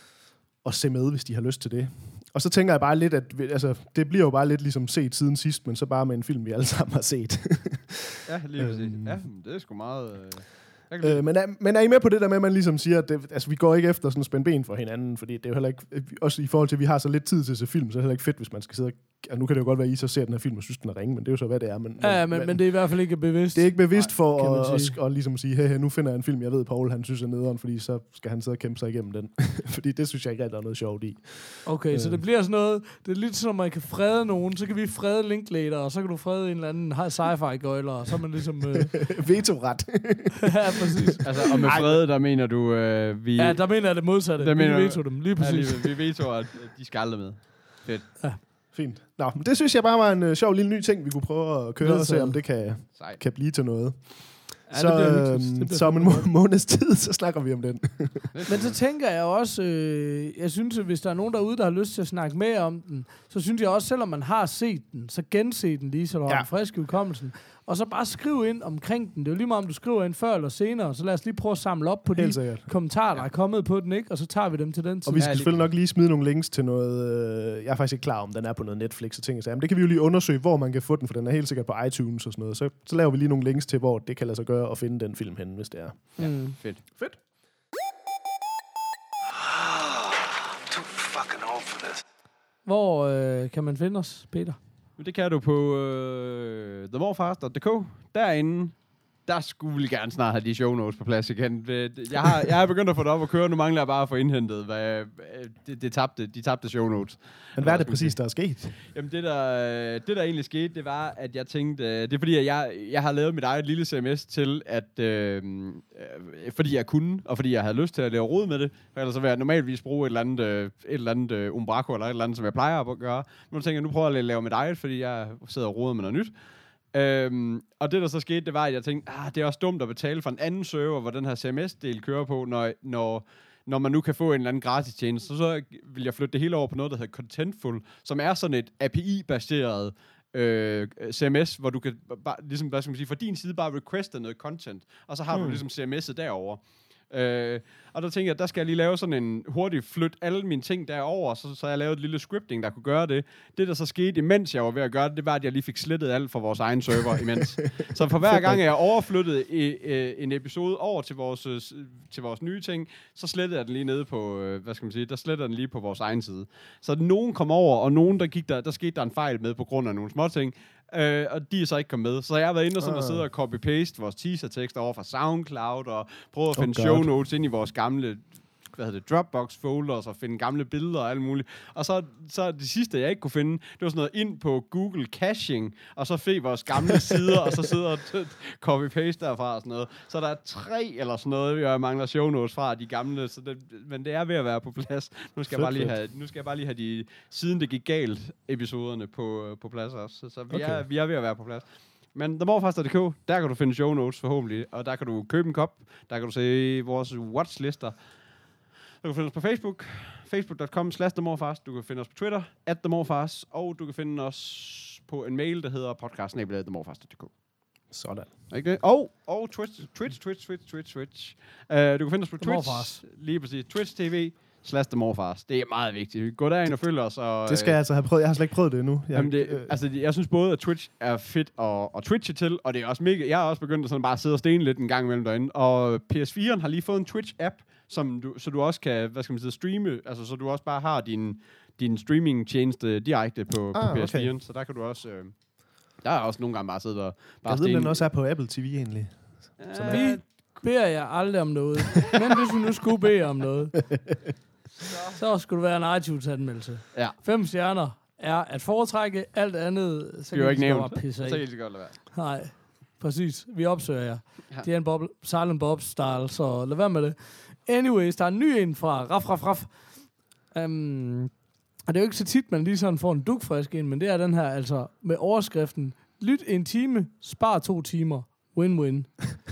at se med, hvis de har lyst til det. Og så tænker jeg bare lidt, at vi- altså, det bliver jo bare lidt ligesom set siden sidst, men så bare med en film, vi alle sammen har set. Ja, lige præcis. Øhm. Ja, det er sgu meget... Øh, jeg kan lide Øh, men, er, men er I med på det der med, at man ligesom siger, at det, altså, vi går ikke efter sådan at spænde ben for hinanden, fordi det er jo heller ikke, også i forhold til, at vi har så lidt tid til at se film, så er det heller ikke fedt, hvis man skal sidde og, altså, nu kan det jo godt være, at I så ser den her film og synes, den er ringe, men det er jo så, hvad det er. Men, Ja, ja, men, men det er i hvert fald ikke bevidst. det er ikke bevidst for kan man at, at, sige. at, at ligesom sige, hey, hey, nu finder jeg en film, jeg ved, Paul han synes er nederen, fordi så skal han sidde og kæmpe sig igennem den. Fordi det synes jeg ikke, at der er noget sjovt i. Okay, så Øh. det bliver sådan noget, det er lidt som, at man kan frede nogen, så kan vi frede Linklater, og så kan du frede en eller anden sci-fi-gøjler, og så er man ligesom... Øh, Vetoret. ja, præcis. Altså, og med Frede, der mener du, øh, vi... Ja, der mener jeg det modsatte. Der Vi mener- veto dem, lige Ja, præcis. lige, vi ved at de skal aldrig med. Fedt. Fint. Nå, men det synes jeg bare var en uh, sjov lille ny ting, vi kunne prøve at køre og se, Vedtaget. om det kan, Sejt. kan blive til noget. Ja, så det bliver øhm, hyggeligt. Det bliver så om en fandme må- måneds tid, så snakker vi om den. Men så tænker jeg også, øh, jeg synes, at hvis der er nogen derude, der har lyst til at snakke mere om den, så synes jeg også, selvom man har set den, så gense den lige, så du ja. har Ja. den frisk i hukommelsen. Og så bare skriv ind omkring den. Det er jo lige meget, om du skriver ind før eller senere, så lad os lige prøve at samle op på Helt de sikkert. kommentarer, der er kommet på den, ikke? Og så tager vi dem til den tid. Og vi skal Ja, lige selvfølgelig nok lige smide nogle links til noget... Øh, jeg er faktisk ikke klar om, den er på noget Netflix og ting. og sager, men det kan vi jo lige undersøge, hvor man kan få den, for den er helt sikkert på iTunes og sådan noget. Så, så laver vi lige nogle links til, hvor det kan lade sig gøre at finde den film henne, hvis det er. Mm. Fedt. Fedt. Too fucking old for this. Hvor øh, kan man finde os, Peter? Men det kan du på øh, the morfars punktum d k. Derinde, der skulle vi gerne snart have de show notes på plads igen. Det- det- Jeg har, jeg har begyndt at få det op at køre, nu mangler jeg bare at få indhentet, hvad, øh, det, det tabte, de tabte show notes. Men hvad er det præcis, der er sket? Jamen det der, det der egentlig skete, det var, at jeg tænkte, øh, det er fordi, at jeg, jeg har lavet mit eget lille C M S til, at øh, øh, fordi jeg kunne, og fordi jeg havde lyst til at lave rod med det, for ellers så vil jeg normalvis bruge et eller andet, øh, et eller andet øh, Umbraco, eller et eller andet, som jeg plejer at gøre. Men nu tænker jeg, nu prøver jeg at lave mit eget, fordi jeg sidder og roder med noget nyt. Øhm, og det der så skete, det var, at jeg tænkte, ah, det er også dumt at betale for en anden server, hvor den her C M S-del kører på, når, når, når man nu kan få en eller anden gratis tjeneste. Så, så vil jeg flytte det hele over på noget, der hedder Contentful, som er sådan et A P I-baseret øh, C M S, hvor du kan bare, ligesom, hvad skal man sige, fra din side bare requeste noget content, og så har mm. du ligesom C M S'et derovre. Øh, Og der tænkte jeg, der skal jeg lige lave sådan en hurtig flyt alle mine ting derover, så, så jeg lavede et lille scripting, der kunne gøre det. Det, der så skete, imens jeg var ved at gøre det, det var, at jeg lige fik slettet alt fra vores egen server imens. Så for hver gang, jeg overflyttede i, i, en episode over til vores, til vores nye ting, så slettede jeg den lige nede på, hvad skal man sige, der slettede den lige på vores egen side. Så nogen kom over, og nogen, der gik der, der skete der en fejl med på grund af nogle små ting. Øh, og de er så ikke kommet med. Så jeg har været inde og sådan uh. og sidde og copy-paste vores teaser-tekster over fra SoundCloud, og prøve at finde oh show notes ind i vores gamle, hvad hedder det, Dropbox-folders, og finde gamle billeder og alt muligt. Og så, så det sidste, jeg ikke kunne finde, det var sådan noget ind på Google Caching, og så fik vores gamle sider, og så sidder og copy-paste derfra og sådan noget. Så der er tre eller sådan noget, jeg mangler show notes fra de gamle, så det, men det er ved at være på plads. Nu skal, jeg bare lige have, nu skal jeg bare lige have de, siden det gik galt, episoderne på, på plads også. Så, så vi, okay. er, vi er ved at være på plads. Men the morfars punktum d k, der kan du finde show notes forhåbentlig, og der kan du købe en kop, der kan du se vores watchlister. Du kan finde os på Facebook, facebook punktum com slash themorfars. Du kan finde os på Twitter, at themorfars, og du kan finde os på en mail, der hedder podcast snabel-a themorfars punktum d k. Sådan. Okay. Og, og Twitch, Twitch, Twitch, Twitch, Twitch, Twitch. Uh, du kan finde os på Twitch, Morfars. lige præcis, Twitch T V slash themorfars. Det er meget vigtigt. Gå derind og følg os. Og, det skal jeg altså have prøvet. Jeg har slet ikke prøvet det endnu. Jeg, jamen det, øh, altså, jeg synes både, at Twitch er fedt at, at twitche til, og det er også mega. Jeg har også begyndt at sådan bare sidde og stene lidt en gang imellem derinde. Og P S fire'en har lige fået en Twitch-app, som du, så du også kan, hvad skal man sige, streame, altså så du også bare har din, din streaming-tjeneste direkte på, ah, på P S fire'en. Okay. Så der kan du også, øh, der er også nogle gange bare siddet og bare stene. Jeg ved, den også er på Apple T V egentlig. Ja. Vi beder jeg aldrig om noget. Men hvis vi nu skulle bede om noget, så skulle det være en iTunes-anmeldelse. Ja. Fem stjerner er at foretrække, alt andet, så kan ikke nævnt. Bare pisse af. Så kan det godt lade være. Nej, præcis. Vi opsøger jer. Ja. Det er en bob, Silent Bob-style, så lad være med det. Anyways, der er en ny en fra Raf Raf Raf. Um, og det er jo ikke så tit, man lige sådan får en dugfrisk ind, men det er den her, altså med overskriften: lyt en time, spar to timer, win-win.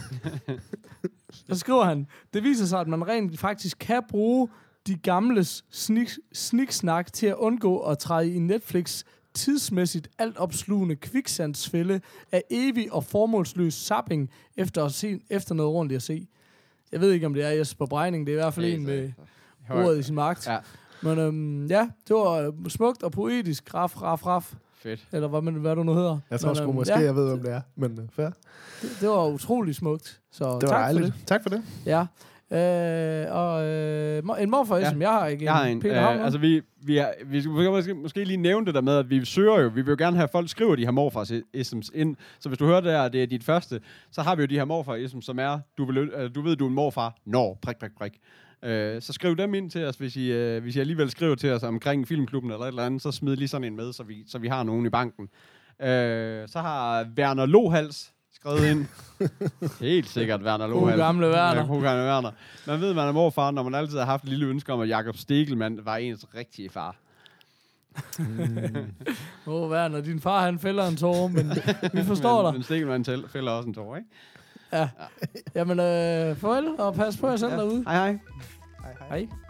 Så skriver han: det viser sig, at man rent faktisk kan bruge de gamles snik, sniksnak til at undgå at træde i Netflix tidsmæssigt altopslugende kviksandsfælde af evig og formålsløs zapping efter, at se, efter noget ordentligt at se. Jeg ved ikke, om det er Jesper Breining. Det er i hvert fald en med ordet i sin magt. Ja. Men øhm, ja, det var smukt og poetisk. Raf, raf, raf. Fedt. Eller hvad, man, hvad du nu hedder. Jeg tror men, sgu øhm, måske, ja, jeg ved, om det er. Men uh, fair. Det, det var utrolig smukt. Så det var tak dejligt. for det. Tak for det. Ja. Øh, og øh, en morfar, ja. som jeg har ikke. Jeg har en. Peter øh, altså vi, vi, er, vi skal måske, måske lige nævne det der med, at vi søger jo, vi vil jo gerne have, at folk skriver de her morfars-isms ind. Så hvis du hører det her, det er dit første, så har vi jo de her morfar-isms, som er, du, vil, øh, du ved, du er en morfar, når, prik, prik, prik. Øh, så skriv dem ind til os, hvis I, øh, hvis I alligevel skriver til os omkring Filmklubben eller et eller andet, så smid lige sådan en med, så vi, så vi har nogen i banken. Øh, så har Werner Lohals skrevet ind. Helt sikkert Werner Lohals. God gamle Werner. Ja, god gamle Werner. Man ved, man er morfar, når man altid har haft et lille ønske om, at Jakob Stegelmann var ens rigtige far. Åh, mm. oh, Werner, din far, han fælder en tårer, men vi forstår dig. Men Stegelmann fælder også en tårer, ikke? Ja. ja. Jamen, øh, farvel, og pas på jer selv ja. derude. Hej, hej. Hej. hej.